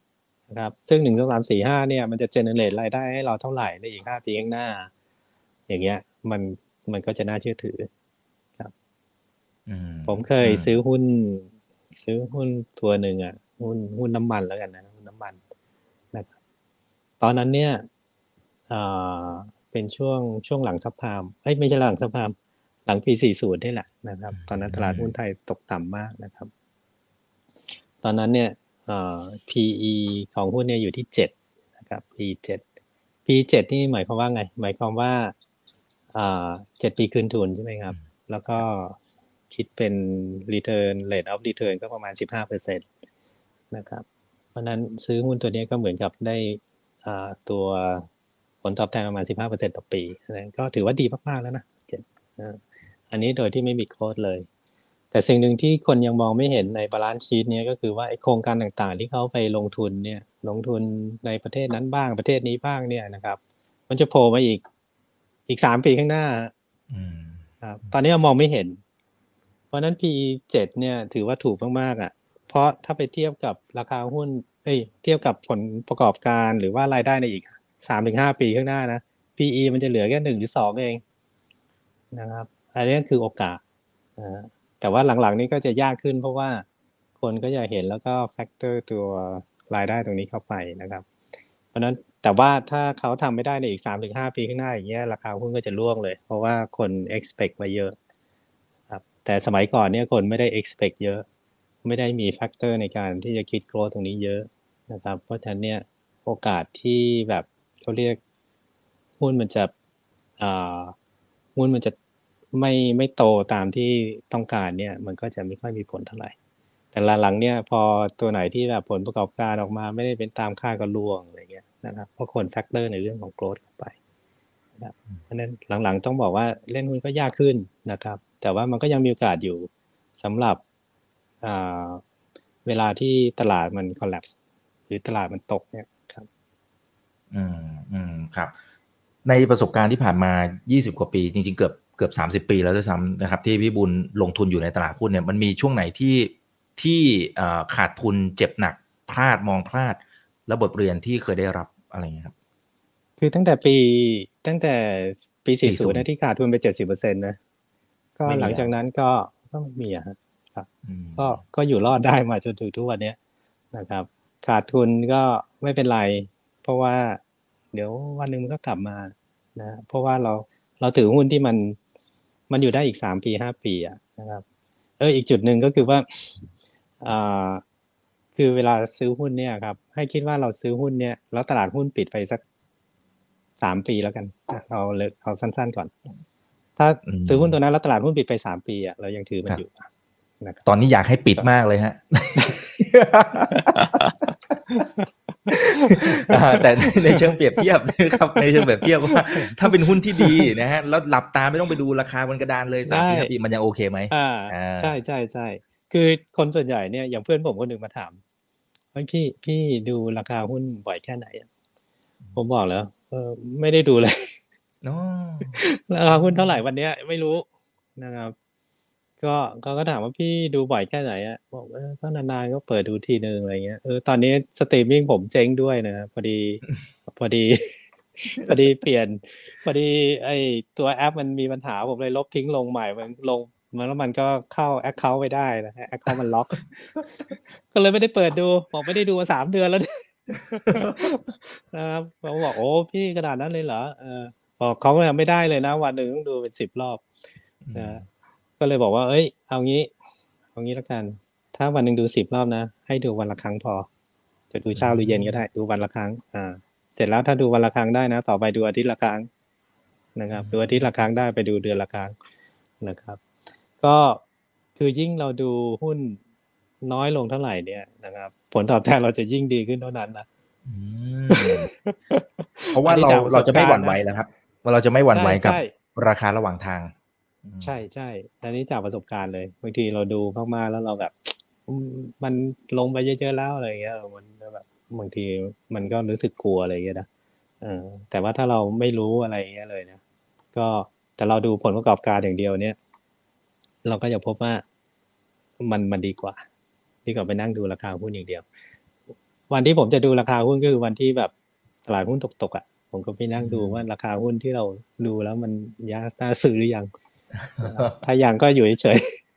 นะครับซึ่งหนึ่ง สอง สาม สี่ ห้าเนี่ยมันจะ generate รายได้ให้เราเท่าไหร่ในอีกห้าปีข้างหน้าอย่างเงี้ยมันมันก็จะน่าเชื่อถือครับอืมผมเคยอืมซื้อหุ้นซื้อหุ้นตัวหนึ่งอ่ะหุ้นหุ้นน้ำมันแล้วกันนะหุ้นน้ำมันนะครับตอนนั้นเนี่ยเอ่อเป็นช่วงช่วงหลังซับไพรม์เอ้ยไม่ใช่หลังซับไพรม์หลังปีสี่สิบนี่แหละนะครับตอนนั้นตลาดหุ้นไทยตกต่ำมากนะครับตอนนั้นเนี่ยเอ่อ พี อี ของหุ้นเนี่ยอยู่ที่เจ็ดนะครับ พี เจ็ด พี เจ็ดนี่หมายความว่าไงหมายความว่าอ่าเจ็ดปีคืนทุนใช่ไหมครับแล้วก็คิดเป็น return rate of return ก็ประมาณ สิบห้าเปอร์เซ็นต์ นะครับเพราะนั้นซื้อหุ้นตัวนี้ก็เหมือนกับได้อ่าตัวผลตอบแทนประมาณ สิบห้าเปอร์เซ็นต์ ต่อปีนะก็ถือว่าดีมากๆแล้วนะอันนี้โดยที่ไม่มีโค้ดเลยแต่สิ่งหนึ่งที่คนยังมองไม่เห็นใน balance sheet นี้ก็คือว่าไอ้โครงการต่างๆที่เขาไปลงทุนเนี่ยลงทุนในประเทศนั้นบ้างประเทศนี้บ้างเนี่ยนะครับมันจะโผล่มาอีกอีกสามปีข้างหน้าครับตอนนี้มองไม่เห็นเพราะนั้น พี อี เจ็ดเนี่ยถือว่าถูกมากๆอ่ะเพราะถ้าไปเทียบกับราคาหุ้นเอ้ยเทียบกับผลประกอบการหรือว่ารายได้ในอีก สามถึงห้า ปีข้างหน้านะ พี อี มันจะเหลือแค่หนึ่งหรือสองเองนะครับอันนี้คือโอกาสนะแต่ว่าหลังๆนี้ก็จะยากขึ้นเพราะว่าคนก็จะเห็นแล้วก็แฟกเตอร์ตัวรายได้ตรงนี้เข้าไปนะครับเพราะนั้นแต่ว่าถ้าเขาทำไม่ได้ในอีก สามถึงห้า ปีข้างหน้าอย่างเงี้ยราคาหุ้นก็จะร่วงเลยเพราะว่าคน expect ไว้เยอะครับแต่สมัยก่อนเนี่ยคนไม่ได้ expect เยอะไม่ได้มีแฟกเตอร์ในการที่จะคิด growth ตรงนี้เยอะนะครับเพราะฉะนั้นเนี่ยโอกาสที่แบบเขาเรียกหุ้นมันจะอ่าหุ้นมันจะไม่ไม่โตตามที่ต้องการเนี่ยมันก็จะไม่ค่อยมีผลเท่าไหร่แต่หลังๆเนี่ยพอตัวไหนที่แบบผลประกอบการออกมาไม่ได้เป็นตามคาดก็ร่วงอะไรเงี้ยนะครับเพราะคนแฟกเตอร์ในเรื่องของ growth เข้าไปนะครับเพราะฉะนั้นหลังๆต้องบอกว่าเล่นหุ้นก็ยากขึ้นนะครับแต่ว่ามันก็ยังมีโอกาสอยู่สำหรับอ่าเวลาที่ตลาดมัน collapse หรือตลาดมันตกเนี่ยครับอืมอืมครับในประสบการณ์ที่ผ่านมายี่สิบกว่าปีจริงๆเกือบเกือบสามสิบปีแล้วด้วยซ้ำนะครับที่พี่บุญลงทุนอยู่ในตลาดหุ้นเนี่ยมันมีช่วงไหนที่ที่เอ่อขาดทุนเจ็บหนักพลาดมองพลาดแล้วบทเรียนที่เคยได้รับอะไรเงี้ยครับคือตั้งแต่ปีตั้งแต่ปีสี่สิบสี่สิบนะที่ขาดทุนไป เจ็ดสิบเปอร์เซ็นต์ นะก็ไม่มีหลังจากแล้วนั้นก็ก็ไม่มีอะครับอืมก็ก็อยู่รอดได้มาจนถึงทุกวันเนี้ยนะครับ ขาดทุนก็ไม่เป็นไร เพราะว่าเดี๋ยววันหนึ่งมันก็กลับมานะเพราะว่าเราเราถือหุ้นที่มันมันอยู่ได้อีกสามปีห้าปีอะนะครับเอออีกจุดหนึ่งก็คือว่าอ่าคือเวลาซื้อหุ้นเนี่ยครับให้คิดว่าเราซื้อหุ้นเนี่ยแล้วตลาดหุ้นปิดไปสักสามปีแล้วกันเอาเลยเอาสั้นๆก่อน ถ้าอืมซื้อหุ้นตัวนั้นแล้วตลาดหุ้นปิดไปสามปีอ่ะเรายังถือมันครับอยู่นะครับตอนนี้อยากให้ปิดมากเลยฮะ อ่าแต่ในเชิงเปรียบเทียบนะครับในเชิงเปรียบเทียบว่าถ้าเป็นหุ้นที่ดีนะฮะแล้วหลับตาไม่ต้องไปดูราคาบนกระดานเลยสามปีได้ห้าปีมันยังโอเคไหมอ่าอ่าใช่ใช่ใช่คือคนส่วนใหญ่เนี่ยอย่างเพื่อนผมคนหนึ่งมาถามว่าพี่พี่ดูราคาหุ้นบ่อยแค่ไหนอะผมบอกแล้วเออไม่ได้ดูเลยเนาะราคาหุ้นเท่าไหร่วันเนี้ยไม่รู้นะครับ ก็เขาก็ถามว่าพี่ดูบ่อยแค่ไหนอะบอกเออก็นานๆก็เปิดดูทีนึงอะไรเงี้ยเออตอนนี้สตรีมมิ่งผมเจ๊งด้วยนะครับพอดี พอดี พอดีเปลี่ยนพอดีไอตัวแอปมันมีปัญหาผมเลยลบทิ้งลงใหม่มันลงมันแล้วมันก็เข้าแอคเคาท์ไม่ได้นะแอคเคาท์มันล็อก ก็เลยไม่ได้เปิดดูบอกไม่ได้ดูมาสามเดือนแล้ว นะครับเขาบอกโอ้พี่ขนาดนั้นเลยเหรอเออบอกเขายังไม่ได้เลยนะวันหนึ่งต้องดูเป็นสิบรอบนะก็เลยบอกว่าเอ้ยเอางี้เอางี้แล้วกัน ถ้าวันหนึ่งดูสิบรอบนะให้ดูวันละครั้งพอ จะดูเช้าหรือเย็นก็ได้ดูวันละครั้งอ่าเสร็จแล้วถ้าดูวันละครั้งได้นะต่อไปดูอาทิตย์ละครั้งนะครับดูอาทิตย์ละครั้งได้ไปดูเดือนละครั้งนะครับ ก็คือยิ่งเราดูหุ้นน้อยลงเท่าไหร่เนี่ยนะครับผลตอบแทนเราจะยิ่งดีขึ้นเท่านั้นนะอืมเพราะว่าเราเราจะไม่หวั่นไหวแล้วครับว่าเราจะไม่หวั่นไหวกับราคาระหว่างทางใช่ใช่อันนี้จากประสบการณ์เลยบางทีเราดูมากๆแล้วเราแบบอืมมันลงไปเยอะๆแล้วอะไรเงี้ยมันแบบบางทีมันก็รู้สึกกลัวอะไรเงี้ยนะเออแต่ว่าถ้าเราไม่รู้อะไรเงี้ยเลยนะก็แต่เราดูผลประกอบการอย่างเดียวเนี่ยเราก็จะพบว่ามันมันดีกว่าดีกว่าไปนั่งดูราคาหุ้นอย่างเดียววันที่ผมจะดูราคาหุ้นก็คือวันที่แบบตลาดหุ้นตกๆอ่ะผมก็ไปนั่งดูว่าราคาหุ้นที่เราดูแล้วมันน่าซื้อหรือยังถ้ายังก็อยู่เฉย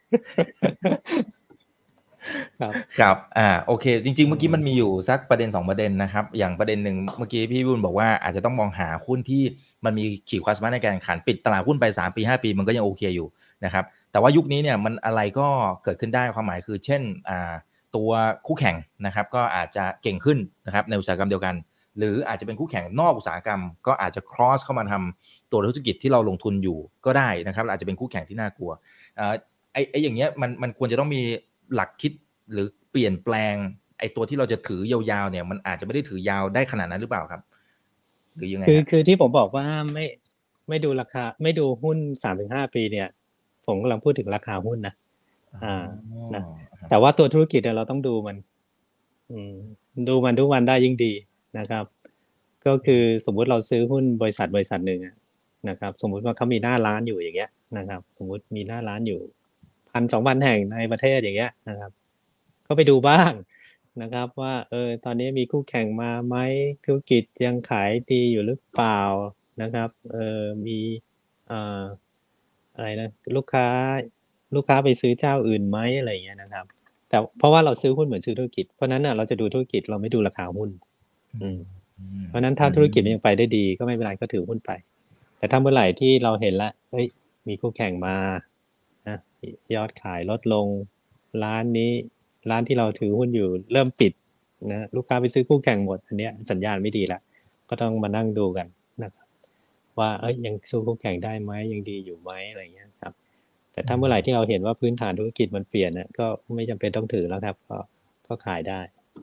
ๆครับครับอ่าโอเคจริงๆเมื่อกี้มันมีอยู่สักประเด็นสองประเด็นนะครับอย่างประเด็นหนึ่งเมื่อกี้พี่บุญบอกว่าอาจจะต้องมองหาหุ้นที่มันมีขีดความสามารถในการแข่งขันปิดตลาดหุ้นไปสามปีห้าปีมันก็ยังโอเคอยู่นะครับแต่ว่ายุคนี้เนี่ยมันอะไรก็เกิดขึ้นได้ความหมายคือเช่นอ่าตัวคู่แข่งนะครับก็อาจจะเก่งขึ้นนะครับในอุตสาหกรรมเดียวกันหรืออาจจะเป็นคู่แข่งนอกอุตสาหกรรมก็อาจจะ cross เข้ามาทำตัวธุรกิจที่เราลงทุนอยู่ก็ได้นะครับอาจจะเป็นคู่แข่งที่น่ากลัวอ่าไอ้ไอ้อย่างเงี้ยมันมันควรจะต้องมีหลักคิดหรือเปลี่ยนแปลงไอ้ตัวที่เราจะถือยาวๆเนี่ยมันอาจจะไม่ได้ถือยาวได้ขนาดนั้นหรือเปล่าครับหรือยังไงคือคือที่ผมบอกว่าไม่ไม่ดูราคาไม่ดูหุ้น สามถึงห้า ปีเนี่ยผมกำลังพูดถึงราคาหุ้นนะอ่านะแต่ว่าตัวธุรกิจเนี่ยเราต้องดูมันอืมดูมันทุกวันได้ยิ่งดีนะครับ ก็คือสมมุติเราซื้อหุ้นบริษัทบริษัทหนึ่งนะครับสมมุติว่าเขามีหน้าร้านอยู่อย่างเงี้ยนะครับสมมุติมีหน้าร้านอยู่พันสองพันแห่งในประเทศอย่างเงี้ยนะครับก็ไปดูบ้างนะครับว่าเออตอนนี้มีคู่แข่งมาไหมธุรกิจยังขายดีอยู่หรือเปล่านะครับเออมีเอ่ออะไรนะลูกค้าลูกค้าไปซื้อเจ้าอื่นไหมอะไรอย่างเงี้ยนะครับแต่เพราะว่าเราซื้อหุ้นเหมือนซื้อธุรกิจเพราะนั้นน่ะเราจะดูธุรกิจเราไม่ดูราคาหุ้นอืมเพราะนั้นถ้าธุรกิจมันยังไปได้ดีก็ไม่เป็นไรก็ถือหุ้นไปแต่ถ้าเมื่อไหร่ที่เราเห็นละเฮ้ยมีคู่แข่งมานะยอดขายลดลงร้านนี้ร้านที่เราถือหุ้นอยู่เริ่มปิดนะลูกค้าไปซื้อคู่แข่งหมดอันเนี้ยสัญญาณไม่ดีละก็ต้องมานั่งดูกันนะครับว่าเอ้ยยังสู้คู่แข่งได้ไหมยังดีอยู่ไหมอะไรเงี้ยครับแต่ถ้าเมื่อไหร่ที่เราเห็นว่าพื้นฐานธุรกิจมันเปลี่ยนนะก็ไม่จำเป็นต้องถือแล้วครับก็ก็ขายได้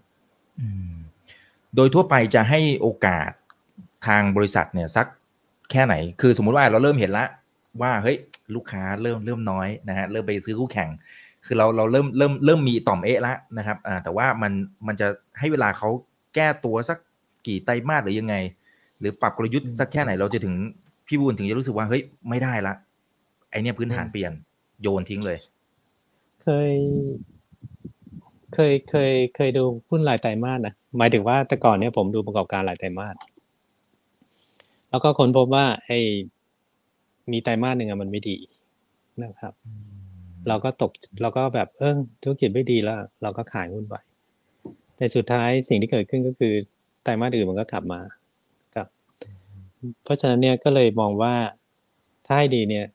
โดยทั่วไปจะให้โอกาสทางบริษัทเนี่ยสักแค่ไหนคือสมมุติว่าเราเริ่มเห็นแล้วว่าเฮ้ยลูกค้าเริ่มเริ่มน้อยนะฮะเริ่มไปซื้อคู่แข่งคือเราเราเริ่มเริ่มเริ่มมีต่อมเอ๊ะแล้วนะครับอ่าแต่ว่ามันมันจะให้เวลาเขาแก้ตัวสักกี่ไตรมาสหรือยังไงหรือปรับกลยุทธ์สักแค่ไหนเราจะถึงพี่บูลถึงจะรู้สึกว่าเฮ้ยไม่ได้ละไอเนี้ยพื้นฐานเปลี่ยนโยนทิ้งเลยเคยเคยเคยเคยดูหุ้นรายไตรมาสนะหมายถึงว่าแต่ก่อนเนี่ยผมดูประกอบการรายไตรมาสแล้วก็ค้นพบว่าไอ้มีไตรมาสหนึ่งอะมันไม่ดีนะครับเราก็ตกเราก็แบบเออธุรกิจไม่ดีแล้วเราก็ขายหุ้นไปแต่สุดท้ายสิ่งที่เกิดขึ้นก็คือไตรมาสอื่นมันก็กลับมาครับเพราะฉะนั้นเนี่ยก็เลยมองว่าถ้าให้ดีเนี่ย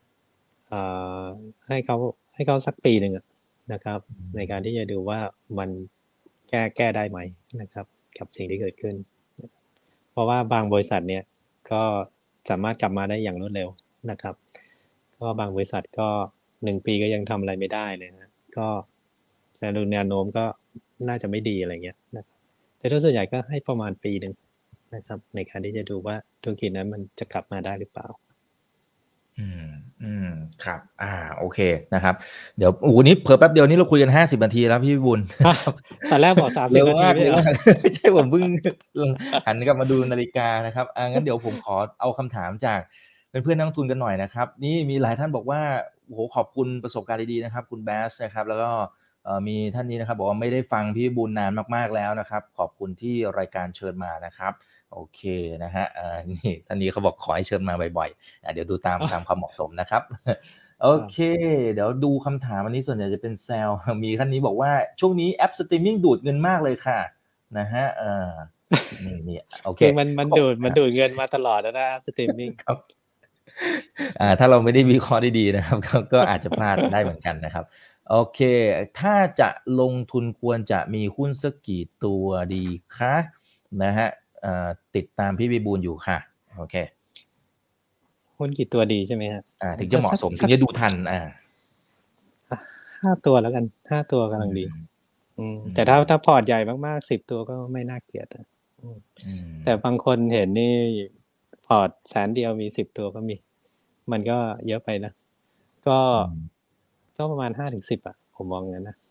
ให้เขาให้เขาสักปีหนึ่งนะครับในการที่จะดูว่ามันแก้แก้ได้ไหมนะครับกับสิ่งที่เกิดขึ้นเพราะว่าบางบริษัทเนี่ยก็สามารถกลับมาได้อย่างรวดเร็วนะครับก็บางบริษัทก็หนึ่งปีก็ยังทำอะไรไม่ได้เลยนะก็แต่ดูแนวโน้มก็น่าจะไม่ดีอะไรเงี้ยนะแต่โดยส่วนใหญ่ก็ให้ประมาณปีหนึ่งนะครับในการที่จะดูว่าธุรกิจนั้นมันจะกลับมาได้หรือเปล่าอืมอืมครับอ่าโอเคนะครับเดี๋ยวโอ้โหนี้เผลอแป๊บเดียวนี้เราคุยกันห้าสิบนาทีแล้วพี่บุญตอนแรกบอกสามสิบนาทีไม่เหรอไม่ใช่ผมเพิ่งหันกลับมาดูนาฬิกานะครับอ่างั้นเดี๋ยวผมขอเอาคำถามจากเพื่อนๆนักลงทุนกันหน่อยนะครับนี่มีหลายท่านบอกว่าโอ้โหขอบคุณประสบการณ์ดีๆนะครับคุณแบสนะครับแล้วก็เอ่อมีท่านนี้นะครับบอกว่าไม่ได้ฟังพี่บุญนานมากๆแล้วนะครับขอบคุณที่รายการเชิญมานะครับโอเคนะฮะอ่านี่ท่านนี้เขาบอกขอให้เชิญมาบ่อยๆอ่าเดี๋ยวดูตามตามความเหมาะสมนะครับโอเคเดี๋ยวดูคำถามวันนี้ส่วนใหญ่จะเป็นแซลมีท่านนี้บอกว่าช่วงนี้แอปสตรีมมิ่งดูดเงินมากเลยค่ะนะฮะเออนี่นี่โอเคมันมันดูดมันดูดเงินมาตลอดแล้วนะสตรีมมิ่งครับอ่าถ้าเราไม่ได้วิเคราะห์ดีๆนะครับก็ก็อาจจะพลาดได้เหมือนกันนะครับโอเคถ้าจะลงทุนควรจะมีหุ้นสักกี่ตัวดีคะนะฮะอ่าติดตามพี่วิบูลย์อยู่ค่ะโอเคหุ้นกี่ตัวดีใช่ไหมฮะอ่าถึงจะเหมาะสมถึงจะดูทันอ่าห้าตัวแล้วกันห้าตัวกำลังดีอืมแต่ถ้าถ้าพอร์ตใหญ่มากๆสิบตัวก็ไม่น่าเกลียดนะแต่บางคนเห็นนี่พอร์ตแสนเดียวมีสิบตัวก็มีมันก็เยอะไปนะก็ก็ประมาณห้าถึงสิบอ่ะผมมองงั้นนะ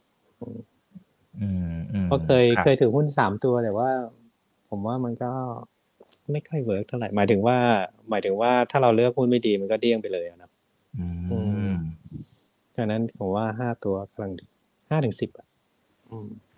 เพราะเคยเคยถือหุ้นสามตัวแต่ว่าผมว่ามันก็ไม่ค่อยเวิร์กเท่าไหร่หมายถึงว่าหมายถึงว่าถ้าเราเลือกหุ้นไม่ดีมันก็เดี้ยงไปเลยนะอืมฉะนั้นผมว่าห้าตัวกำลังดีห้าถึงสิบอ่ะอืม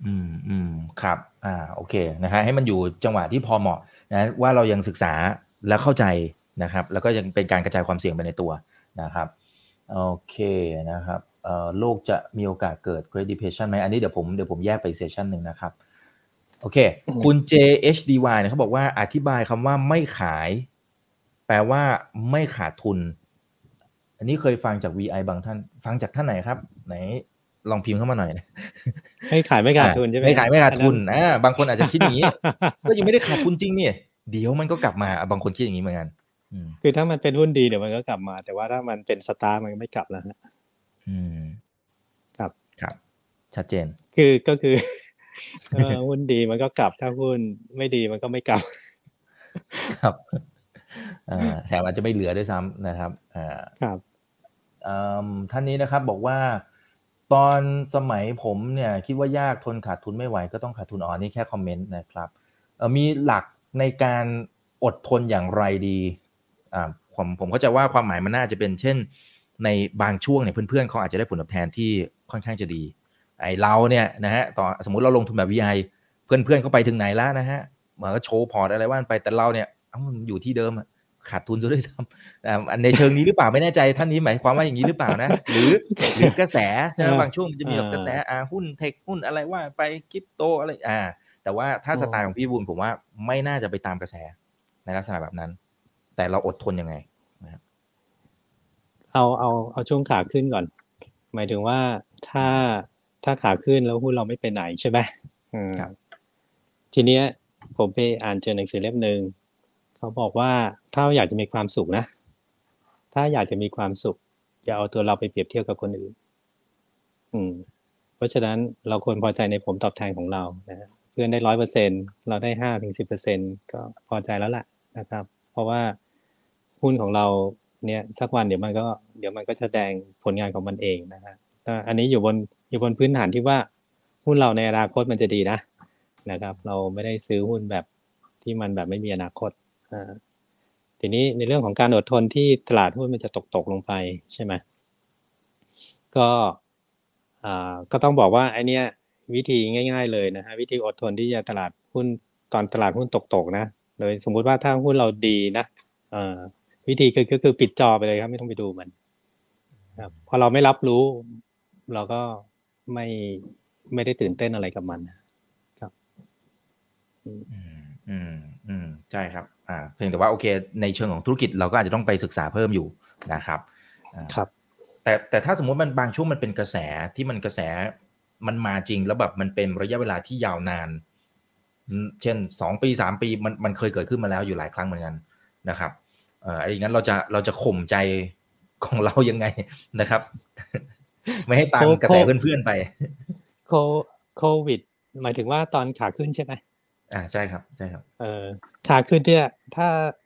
อืมอืมครับอ่าโอเคนะฮะให้มันอยู่จังหวะที่พอเหมาะนะว่าเรายังศึกษาและเข้าใจนะครับแล้วก็ยังเป็นการกระจายความเสี่ยงไปในตัวนะครับโอเคนะครับเอ่อโลกจะมีโอกาสเกิด Great Depression ไหมอันนี้เดี๋ยวผมเดี๋ยวผมแยกไปอีกเซสชันหนึ่งนะครับโอเคคุณ เจ เอช ดี วาย เนี่ยเขาบอกว่าอธิบายคำว่าไม่ขายแปลว่าไม่ขาดทุนอันนี้เคยฟังจาก วี ไอ บางท่านฟังจากท่านไหนครับไหนลองพิมพ์เข้ามาหน่อยไม่ขายไม่ขาดทุนใช่ไหมไม่ขายไม่ขาดอันนั้นทุนอาบางคนอาจจะคิดอย่างนี้ ก็ยังไม่ได้ขาดทุนจริงนี่เดี๋ยวมันก็กลับมาบางคนคิดอย่างนี้เหมือนกันอืมคือถ้ามันเป็นหุ้นดีเดี๋ยวมันก็กลับมา แต่ว่าถ้ามันเป็นสตาร์มันไม่กลับแล้วฮะอืมครับครับ ชัดเจนคือก็คือ เออหุ้นดีมันก็กลับถ้าหุ้นไม่ดีมันก็ไม่กลับครับอ่าแถมอาจจะไม่เหลือด้วยซ้ำนะครับอ่าครับอืมท่านนี้นะครับบอกว่า ตอนสมัยผมเนี่ยคิดว่ายากทนขาดทุนไม่ไหวก็ต้องขาดทุนอ๋อนี่แค่คอมเมนต์นะครับเอ่อมีหลักในการอดทนอย่างไรดีอ่าผมผมเข้าใจว่าความหมายมันน่าจะเป็นเช่นในบางช่วงเนี่ยเพื่อนๆเขาอาจจะได้ผลตอบแทนที่ค่อนข้างจะดีไอเราเนี่ยนะฮะต่อสมมุติเราลงทุนแบบ วี ไอ เพื่อนๆเขาไปถึงไหนแล้วนะฮะเหมือนก็โชว์พอร์ตอะไรว่าไปแต่เราเนี่ยเอ้ามันอยู่ที่เดิมอะขาดทุนซะด้วยซ้ำ อ่าในเชิงนี้หรือเปล่าไม่แน่ใจท่านนี้หมายความว่าอย่างนี้หรือเปล่านะหรือหรือกระแสใช่ไหมเออบางช่วงมันจะมีแบบกระแสอ่าอ่าหุ้นเทคหุ้นอะไรว่าไปคริปโตอะไรอ่าแต่ว่าถ้าสไตล์ของพี่บุญผมว่าไม่น่าจะไปตามกระแสในลักษณะแบบนั้น แต่เราอดทนยังไงนะครับเอาเอาเอาช่วงขาขึ้นก่อน หมายถึงว่าถ้าถ้าขาขึ้นแล้วหุ้นเราไม่ไปไหนใช่ไหมอืมครับทีเนี้ยผมไปอ่านเจอหนังสือเล่มหนึ่งเขาบอกว่าถ้าอยากจะมีความสุขนะ ถ้าอยากจะมีความสุขอย่าเอาตัวเราไปเปรียบเทียบกับคนอื่น อืม เพราะฉะนั้นเราควรพอใจในผลตอบแทนของเรานะฮะเพื่อนได้ร้อยเปอร์เซ็นเราได้ห้าถึงสิบเปอร์เซ็นก็พอใจแล้วแหละนะครับ เพราะว่าหุ้นของเราเนี่ยสักวันเดี๋ยวมันก็เดี๋ยวมันก็จะแสดงผลงานของมันเองนะฮะแต่อันนี้อยู่บนอยู่บนพื้นฐานที่ว่าหุ้นเราในอนาคตมันจะดีนะนะครับ เราไม่ได้ซื้อหุ้นแบบที่มันแบบไม่มีอนาคตอ่าทีนี้ในเรื่องของการอดทนที่ตลาดหุ้นมันจะตกตกลงไปใช่ไหมก็อ่าก็ต้องบอกว่าไอเนี้ยวิธีง่ายๆเลยนะฮะวิธีอดทนที่จะตลาดหุ้นตอนตลาดหุ้นตกๆนะโดยสมมุติว่าถ้าหุ้นเราดีนะเอ่อวิธีคือก็คือปิดจอไปเลยครับไม่ต้องไปดูมันครับพอเราไม่รับรู้ เราก็ไม่ไม่ได้ตื่นเต้นอะไรกับมันครับอืมอืมอืมอืมใช่ครับอ่าเพียงแต่ว่าโอเคในเชิงของธุรกิจเราก็อาจจะต้องไปศึกษาเพิ่มอยู่นะครับอ่าครับแต่แต่ถ้าสมมุติมันบางช่วงมันเป็นกระแสที่มันกระแสมันมาจริงแล้วแบบมันเป็นระยะเวลาที่ยาวนานอืมเช่นสองปีสามปีมันมันเคยเกิดขึ้นมาแล้วอยู่หลายครั้งเหมือนกันนะครับเอ่อไอ้งั้นเราจะเราจะข่มใจของเรายังไงนะครับ ไม่ให้ตามกระแสเพื่อนๆไปโคโควิดหมายถึงว่าตอนขาขึ้นใช่ไหมอ่าใช่ครับใช่ครับเออขาขึ้นเนี่ยถ้า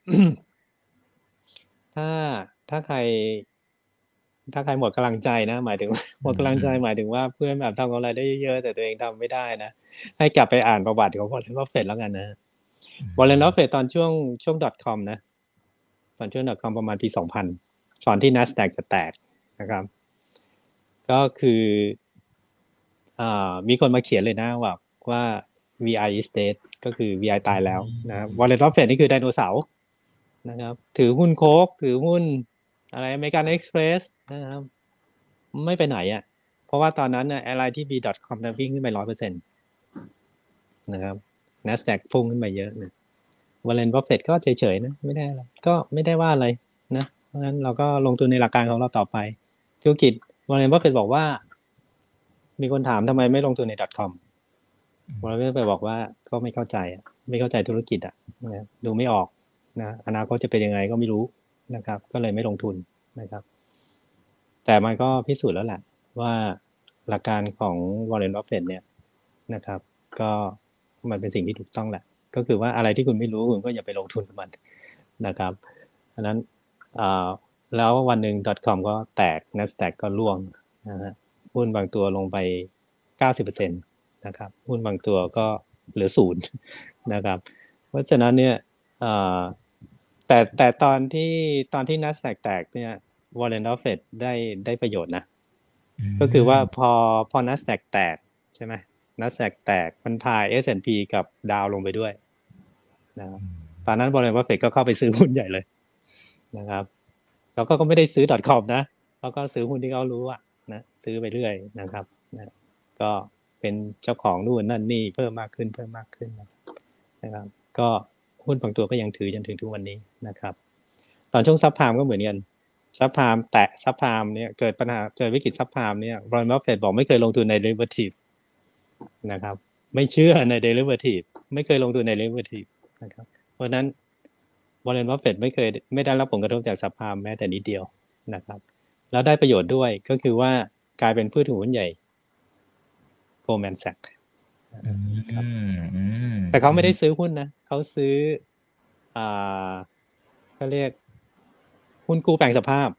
ถ้าถ้าใคร ถ้าใครหมดกำลังใจนะหมายถึง หมดกำลังใจหมายถึงว่าเพื่อนแบบทำอะไรได้เยอะๆแต่ตัวเองทำไม่ได้นะให้กลับไปอ่านประวัติของวอร์เรนบัฟเฟตแล้วกันนะวอร์เรนบัฟเฟตตอนช่วงช่วง .com นะตอนช่วง .com ประมาณปีสองพันก่อนที่ NASDAQ จะแตกนะครับ ก็คืออ่ามีคนมาเขียนเลยนะว่าว่า วี ไอ is dead ก็คือ วี ไอ ตายแล้วนะครับวอร์เรนบัฟเฟตนี่คือไดโนเสาร์นะครับถือหุ้นโค้กถือหุ้นอะไรอเมริกันเอ็กซ์เพรสนะครับไม่ไปไหนอ่ะเพราะว่าตอนนั้นเนี่ยอะไรที่ บี .com เนี่ยวิ่งขึ้นไปร้อยเปอร์เซ็นต์นะครับ NASDAQ พุ่งขึ้นไปเยอะนะวอร์เรนบัฟเฟตก็เฉยๆนะไม่ได้อะไรก็ไม่ได้ว่าอะไรนะเพราะฉะนั้นเราก็ลงทุนในหลักการของเราต่อไปธุรกิจวอร์เรนบัฟเฟตบอกว่ามีคนถามทำไมไม่ลงทุนใน .com วอร์เรนบัฟเฟตบอกว่าก็ไม่เข้าใจไม่เข้าใจธุรกิจอ่ะนะดูไม่ออกนะอนาคตจะเป็นยังไงก็ไม่รู้นะครับก็เลยไม่ลงทุนนะครับแต่มันก็พิสูจน์แล้วแหละว่าหลักการของวอร์เรนบัฟเฟตเนี่ยนะครับก็มันเป็นสิ่งที่ถูกต้องแหละก็คือว่าอะไรที่คุณไม่รู้คุณก็อย่าไปลงทุนกับมันนะครับเพราะนั้นแล้ววันหนึ่ง .com ก็แตก NASDAQ ก็ร่วงนะฮะหุ้นบางตัวลงไป เก้าสิบเปอร์เซ็นต์ นะครับหุ้นบางตัวก็เหลือศูนย์นะครับเพราะฉะนั้นเนี่ยแต่แต่ตอนที่ตอนที่ NASDAQ แตกเนี่ยวอร์เรนบัฟเฟตได้ได้ประโยชน์นะก็คือว่าพอพอ NASDAQ แตกใช่ไหม NASDAQ แตกมันพาย เอส แอนด์ พี กับดาวลงไปด้วยนะครับตอนนั้นวอร์เรน บัฟเฟตต์ก็เข้าไปซื้อหุ้นใหญ่เลยนะครับแล้วก็ก็ไม่ได้ซื้อ .com นะเขาก็ซื้อหุ้นที่เขารู้อะนะซื้อไปเรื่อยนะครับนะก็เป็นเจ้าของนู่นนั่นนี่เพิ่มมากขึ้นเพิ่มมากขึ้นนะครับก็หุ้นบางตัวก็ยังถือจนถึงทุกวันนี้นะครับตอนช่วงซับไพรม์ก็เหมือนกันซับไพรม์แตะซับไพรม์เนี่ยเกิดปัญหาเกิดวิกฤตซับไพรม์เนี่ยวอร์เรน บัฟเฟตต์บอกไม่เคยลงทุนใน derivative นะครับไม่เชื่อใน derivative ไม่เคยลงทุนใน derivative นะครับเพราะนั้นวอร์เรน บัฟเฟตต์ไม่เคยไม่ได้รับผลกระทบจากซับไพรม์แม้แต่นิดเดียวนะครับแล้วได้ประโยชน์ด้วยก็คือว่ากลายเป็นผู้ถือหุ้นใหญ่ Goldman Sachs ครับแต่เขาไม่ได้ซื้อหุ้นนะเขาซื้ออ่าเขาเรียกหุ้นกู้แปลงสภาพ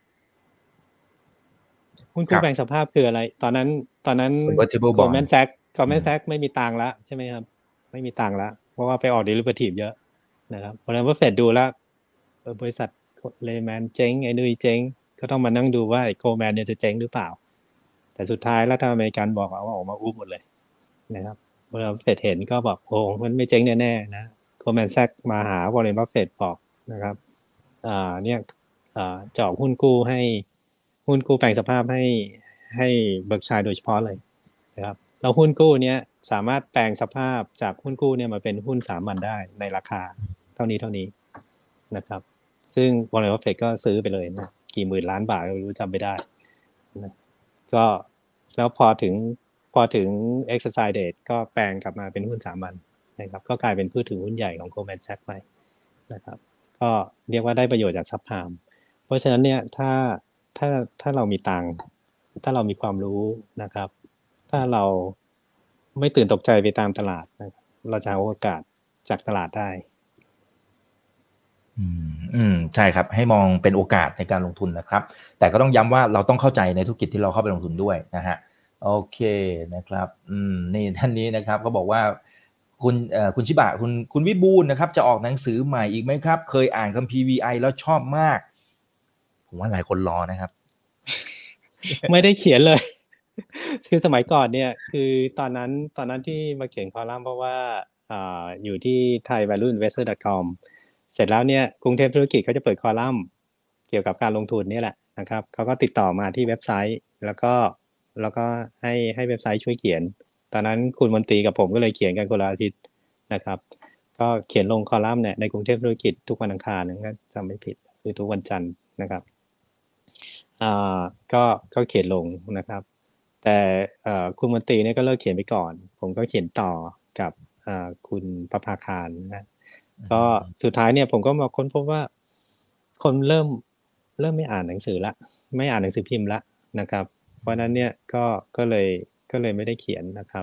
หุ้นกู้แปลงสภาพคืออะไรตอนนั้นตอนนั้น Goldman Sachs Goldman Sachs ไม่มีตังค์ละใช่ไหมครับไม่มีตังค์ละเพราะว่าไปออก derivative เยอะนะครับเพราะฉะนั้นว่าเฟดดูแล้วบริษัทเลแมนเจ๊งไอ้นุ้ยเจ๊งก็ต้องมานั่งดูว่าไอ้โกลแมนเนี่ยจะเจ๊งหรือเปล่าแต่สุดท้ายรัฐอเมริกันบอกว่าออกมาอุ้มหมดเลยนะครับเมื่อเฟดเห็นก็บอกโอ้มันไม่เจ๊งแน่ๆนะโกลแมนแซกมาหาวอร์เรน บัฟเฟตต์บอกนะครับอ่าเนี่ยอ่าจะออกหุ้นกู้ให้หุ้นกู้แปลงสภาพให้ให้เบิร์กชัยโดยเฉพาะเลยนะครับแล้วหุ้นกู้เนี้ยสามารถแปลงสภาพจากหุ้นกู้เนี่ยมาเป็นหุ้นสามัญได้ในราคาเท่านี้เท่านี้นะครับซึ่งวอร์เรน บัฟเฟตต์ก็ซื้อไปเลยนะกี่หมื่นล้านบาทไม่รู้จำไม่ได้นะก็แล้วพอถึงพอถึง exercise date ก็แปลงกลับมาเป็นหุ้นสามัญนะครับก็กลายเป็นผู้ถือหุ้นใหญ่ของ Goldman Sachs ไปนะครับก็เรียกว่าได้ประโยชน์จากซับไพรม์เพราะฉะนั้นเนี่ยถ้าถ้าถ้าเรามีตังค์ถ้าเรามีความรู้นะครับถ้าเราไม่ตื่นตกใจไปตามตลาดนะครับเราจะหาโอกาสจากตลาดได้อืมอืมใช่ครับให้มองเป็นโอกาสในการลงทุนนะครับแต่ก็ต้องย้ำว่าเราต้องเข้าใจในธุรกิจที่เราเข้าไปลงทุนด้วยนะฮะโอเคนะครับอืมนี่ท่านนี้นะครับก็บอกว่าคุณเอ่อคุณชิบะคุณคุณวิบูลย์นะครับจะออกหนังสือใหม่อีกไหมครับเคยอ่านคัมภีร์ วี ไอ แล้วชอบมากผมว่าหลายคนรอนะครับไม่ได้เขียนเลย คือสมัยก่อนเนี่ยคือตอนนั้นตอนนั้นที่มาเขียนคอลัมน์เพราะว่าอ่าอยู่ที่ thai value investor dot com เสร็จแล้วเนี่ยกรุงเทพธุรกิจเขาจะเปิดคอลัมน์เกี่ยวกับการลงทุนนี่แหละนะครับเขาก็ติดต่อมาที่เว็บไซต์แล้วก็แล้วก็ให้ให้เว็บไซต์ช่วยเขียนตอนนั้นคุณมนตรีกับผมก็เลยเขียนกันคนละอาทิตย์นะครับก็เขียนลงคอลัมน์เนี่ยในกรุงเทพธุรกิจทุกวันอังคารนะจำไม่ผิดคือทุกวันจันทร์นะครับอ่าก็ก็เขียนลงนะครับแต่คุณมนตรีเนี่ยก็เลิกเขียนไปก่อนผมก็เขียนต่อกับคุณประภาคารนะก็สุดท้ายเนี่ยผมก็มาค้นพบว่าคนเริ่มเริ่มไม่อ่านหนังสือละไม่อ่านหนังสือพิมพ์ละนะครับเพราะนั้นเนี่ยก็ก็เลยก็เลยไม่ได้เขียนนะครับ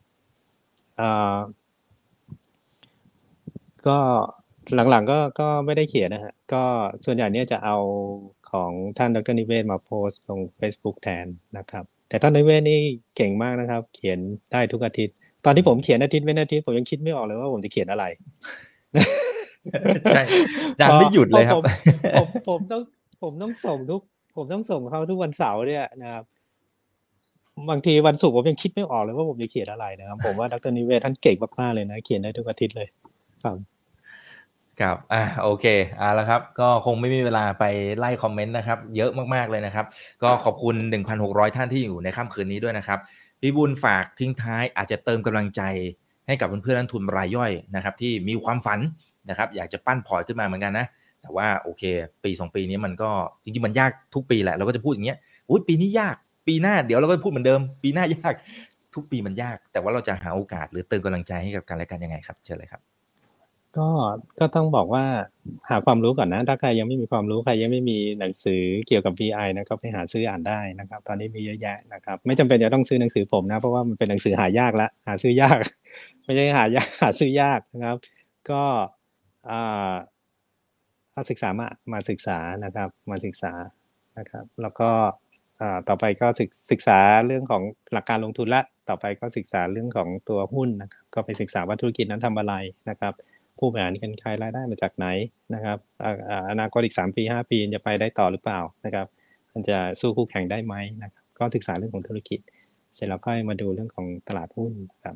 ก็หลังๆก็ก็ไม่ได้เขียนนะฮะก็ส่วนใหญ่เนี่ยจะเอาของท่านดร.นิเวศมาโพสต์ลง Facebook แทนนะครับแต่ท่านนิเวศนี่เก่งมากนะครับเขียนได้ทุกอาทิตย์ตอนที่ผมเขียนอาทิตย์เว้นอาทิตย์ผมยังคิดไม่ออกเลยว่าผมจะเขียนอะไรใช่ดันไม่หยุดเลยครับผมผมต้องผมต้องส่งทุกผมต้องส่งเขาทุกวันเสาร์เนี่ยนะครับบางทีวันศุกร์ผมยังคิดไม่ออกเลยว่าผมจะเขียนอะไรนะครับผมว่าดร.นิเวศท่านเก่งมากๆเลยนะเขียนได้ทุกอาทิตย์เลยครับครับอ่าโอเคอ่าแล้วครับก็คงไม่มีเวลาไปไล่คอมเมนต์นะครับเยอะมากๆเลยนะครับก็ขอบคุณ หนึ่งพันหกร้อย ท่านที่อยู่ในค่ำคืนนี้ด้วยนะครับพี่บุญฝากทิ้งท้ายอาจจะเติมกำลังใจให้กับเพื่อนๆนักทุนรายย่อยนะครับที่มีความฝันนะครับอยากจะปั้นพอร์ตขึ้นมาเหมือนกันนะแต่ว่าโอเคปีสองปีนี้มันก็จริงๆมันยากทุกปีแหละเราก็จะพูดอย่างเงี้ยอุ๊ยปีนี้ยากปีหน้าเดี๋ยวเราก็พูดเหมือนเดิมปีหน้ายากทุกปีมันยากแต่ว่าเราจะหาโอกาสหรือเติมกำลังใจให้กับกันและกันยังไงครับเชิญเลยครับก็ก็ต้องบอกว่าหาความรู้ก่อนนะถ้าใครยังไม่มีความรู้ใครยังไม่มีหนังสือเกี่ยวกับ วี ไอ นะก็ไปหาซื้ออ่านได้นะครับตอนนี้มีเยอะแยะนะครับไม่จำเป็นจะต้องซื้อหนังสือผมนะเพราะว่ามันเป็นหนังสือหายากแล้วหาซื้อยากไม่ใช่หายากหาซื้อยากนะครับก็อ่าศึกษามามาศึกษานะครับมาศึกษานะครับแล้วก็ต่อไปก็ศึกษาเรื่องของหลักการลงทุนละต่อไปก็ศึกษาเรื่องของตัวหุ้นนะครับก็ไปศึกษาว่าธุรกิจนั้นทำอะไรนะครับผู้บริหารกันใครรายได้มาจากไหนนะครับอนาคตอีกสามปีห้าปีจะไปได้ต่อหรือเปล่านะครับมันจะสู้คู่แข่งได้ไหมนะครับก็ศึกษาเรื่องของธุรกิจเสร็จแล้วก็มาดูเรื่องของตลาดหุ้นนะครับ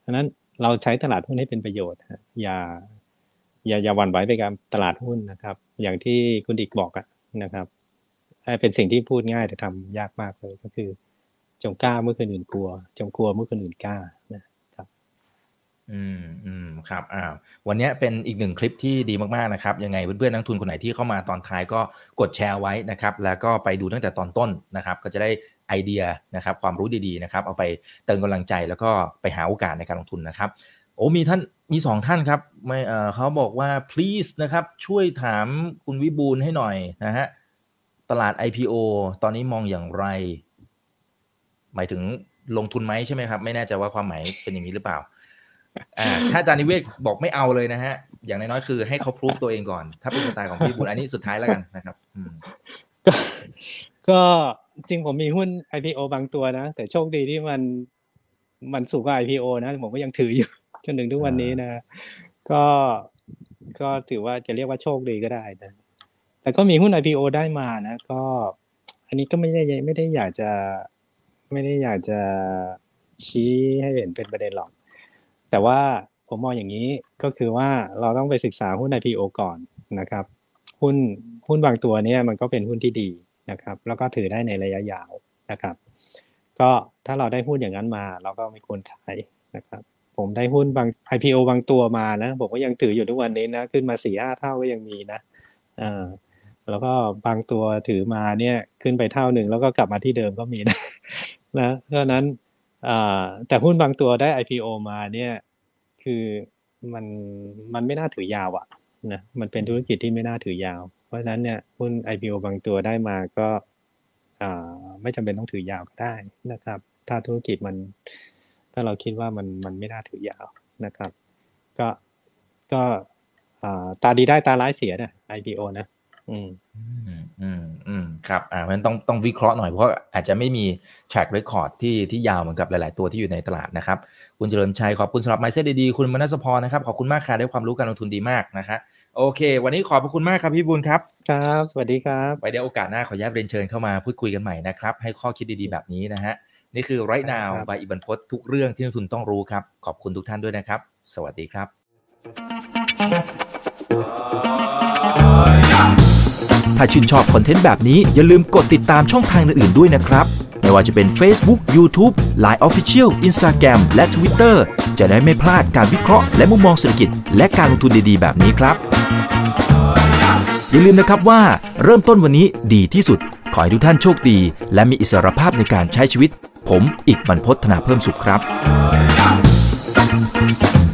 ะนั้นเราใช้ตลาดหุ้นให้เป็นประโยชน์อย่าอย่าอย่าหวั่นไหวไปกับตลาดหุ้นนะครับอย่างที่คุณดิกบอกอะนะครับเป็นสิ่งที่พูดง่ายแต่ทำยากมากเลยก็คือจงกล้าเมื่อคนอื่นกลัวจงกลัวเมื่อคนอื่นกล้านะครับอืมอืมครับอ้าววันนี้เป็นอีกหนึ่งคลิปที่ดีมากๆนะครับยังไงเพื่อนๆนักทุนคนไหนที่เข้ามาตอนท้ายก็กดแชร์ไว้นะครับแล้วก็ไปดูตั้งแต่ตอนต้นนะครับก็จะได้ไอเดียนะครับความรู้ดีๆนะครับเอาไปเติมกำลังใจแล้วก็ไปหาโอกาสในการลงทุนนะครับโอ้มีท่านมีสองท่านครับไม่เอ่อเขาบอกว่า please นะครับช่วยถามคุณวิบูลย์ให้หน่อยนะฮะตลาด ไอ พี โอ ตอนนี้มองอย่างไรหมายถึงลงทุนไหมใช่ไหมครับไม่แน่ใจว่าความหมายเป็นอย่างนี้หรือเปล่าอ่าถ้าอาจารย์นิเวศบอกไม่เอาเลยนะฮะอย่างน้อยๆคือให้เขาพิสูจตัวเองก่อนถ้าเป็นสไตล์ของพี่บุญอันนี้สุดท้ายแล้วกันนะครับอืมก็ก็จริงผมมีหุ้น ไอ พี โอ บางตัวนะแต่โชคดีที่มันมันสูงกว่า ไอ พี โอ นะผมก็ยังถืออยู่จนถึงทุกวันนี้นะก็ก็ถือว่าจะเรียกว่าโชคดีก็ได้นะแต่ก็มีหุ้น ไอ พี โอ ได้มานะก็อันนี้ก็ไม่ได้ไม่ได้อยากจะไม่ได้อยากจะชี้ให้เห็นเป็นประเด็นหรอกแต่ว่าผมมองอย่างนี้ก็คือว่าเราต้องไปศึกษาหุ้น ไอ พี โอ ก่อนนะครับหุ้นหุ้นบางตัวเนี่ยมันก็เป็นหุ้นที่ดีนะครับแล้วก็ถือได้ในระยะยาวนะครับก็ถ้าเราได้หุ้นอย่างนั้นมาเราก็ไม่ควรขายนะครับผมได้หุ้นบาง ไอ พี โอ บางตัวมานะผมก็ยังถืออยู่ทุกวันนี้นะขึ้นมา สี่ห้า เท่าก็ยังมีนะอ่าแล้วก็บางตัวถือมาเนี่ยขึ้นไปเท่านึงแล้วก็กลับมาที่เดิมก็มีนะนะเพราะนั้นอ่าแต่หุ้นบางตัวได้ ไอ พี โอ มาเนี่ยคือมันมันไม่น่าถือยาวอ่ะนะมันเป็นธุรกิจที่ไม่น่าถือยาวเพราะฉะนั้นเนี่ยหุ้น ไอ พี โอ บางตัวได้มาก็อ่าไม่จำเป็นต้องถือยาวก็ได้นะครับถ้าธุรกิจมันถ้าเราคิดว่ามันมันไม่น่าถือยาวนะครับก็ก็อ่าตาดีได้ตาร้ายเสียนะ ไอ พี โอ นะอืมอืมอืมอืมครับอ่ามันต้องต้องวิเคราะห์หน่อยเพราะอาจจะไม่มี track record ที่ที่ยาวเหมือนกับหลายๆตัวที่อยู่ในตลาดนะครับคุณเจริญชัยขอบคุณสำหรับ mindset ดีๆคุณมนัสพรนะครับขอบคุณมากค่ะได้ความรู้การลงทุนดีมากนะฮะโอเควันนี้ขอบพระคุณมากครับพี่บุญครับครับสวัสดีครับไว้เดี๋ยวโอกาสหน้าขออนุญาตเรียนเชิญเข้ามาพูดคุยกันใหม่นะครับให้ข้อคิดดีๆแบบนี้นะฮะนี่คือ right now by อิบันพจน์ทุกเรื่องที่นักทุนต้องรู้ครับขอบคุณทุกท่านด้วยนะครับสวัสดีครับถ้าชื่นชอบคอนเทนต์แบบนี้อย่าลืมกดติดตามช่องทางอื่นๆด้วยนะครับไม่ว่าจะเป็น Facebook, YouTube, ไลน์ Official, Instagram และ Twitter จะได้ไม่พลาดการวิเคราะห์และมุมมองเศรษฐกิจและการลงทุนดีๆแบบนี้ครับอย่าลืมนะครับว่าเริ่มต้นวันนี้ดีที่สุดขอให้ทุกท่านโชคดีและมีอิสรภาพในการใช้ชีวิตผมอิกบรรพต ธนาเพิ่มสุขครับ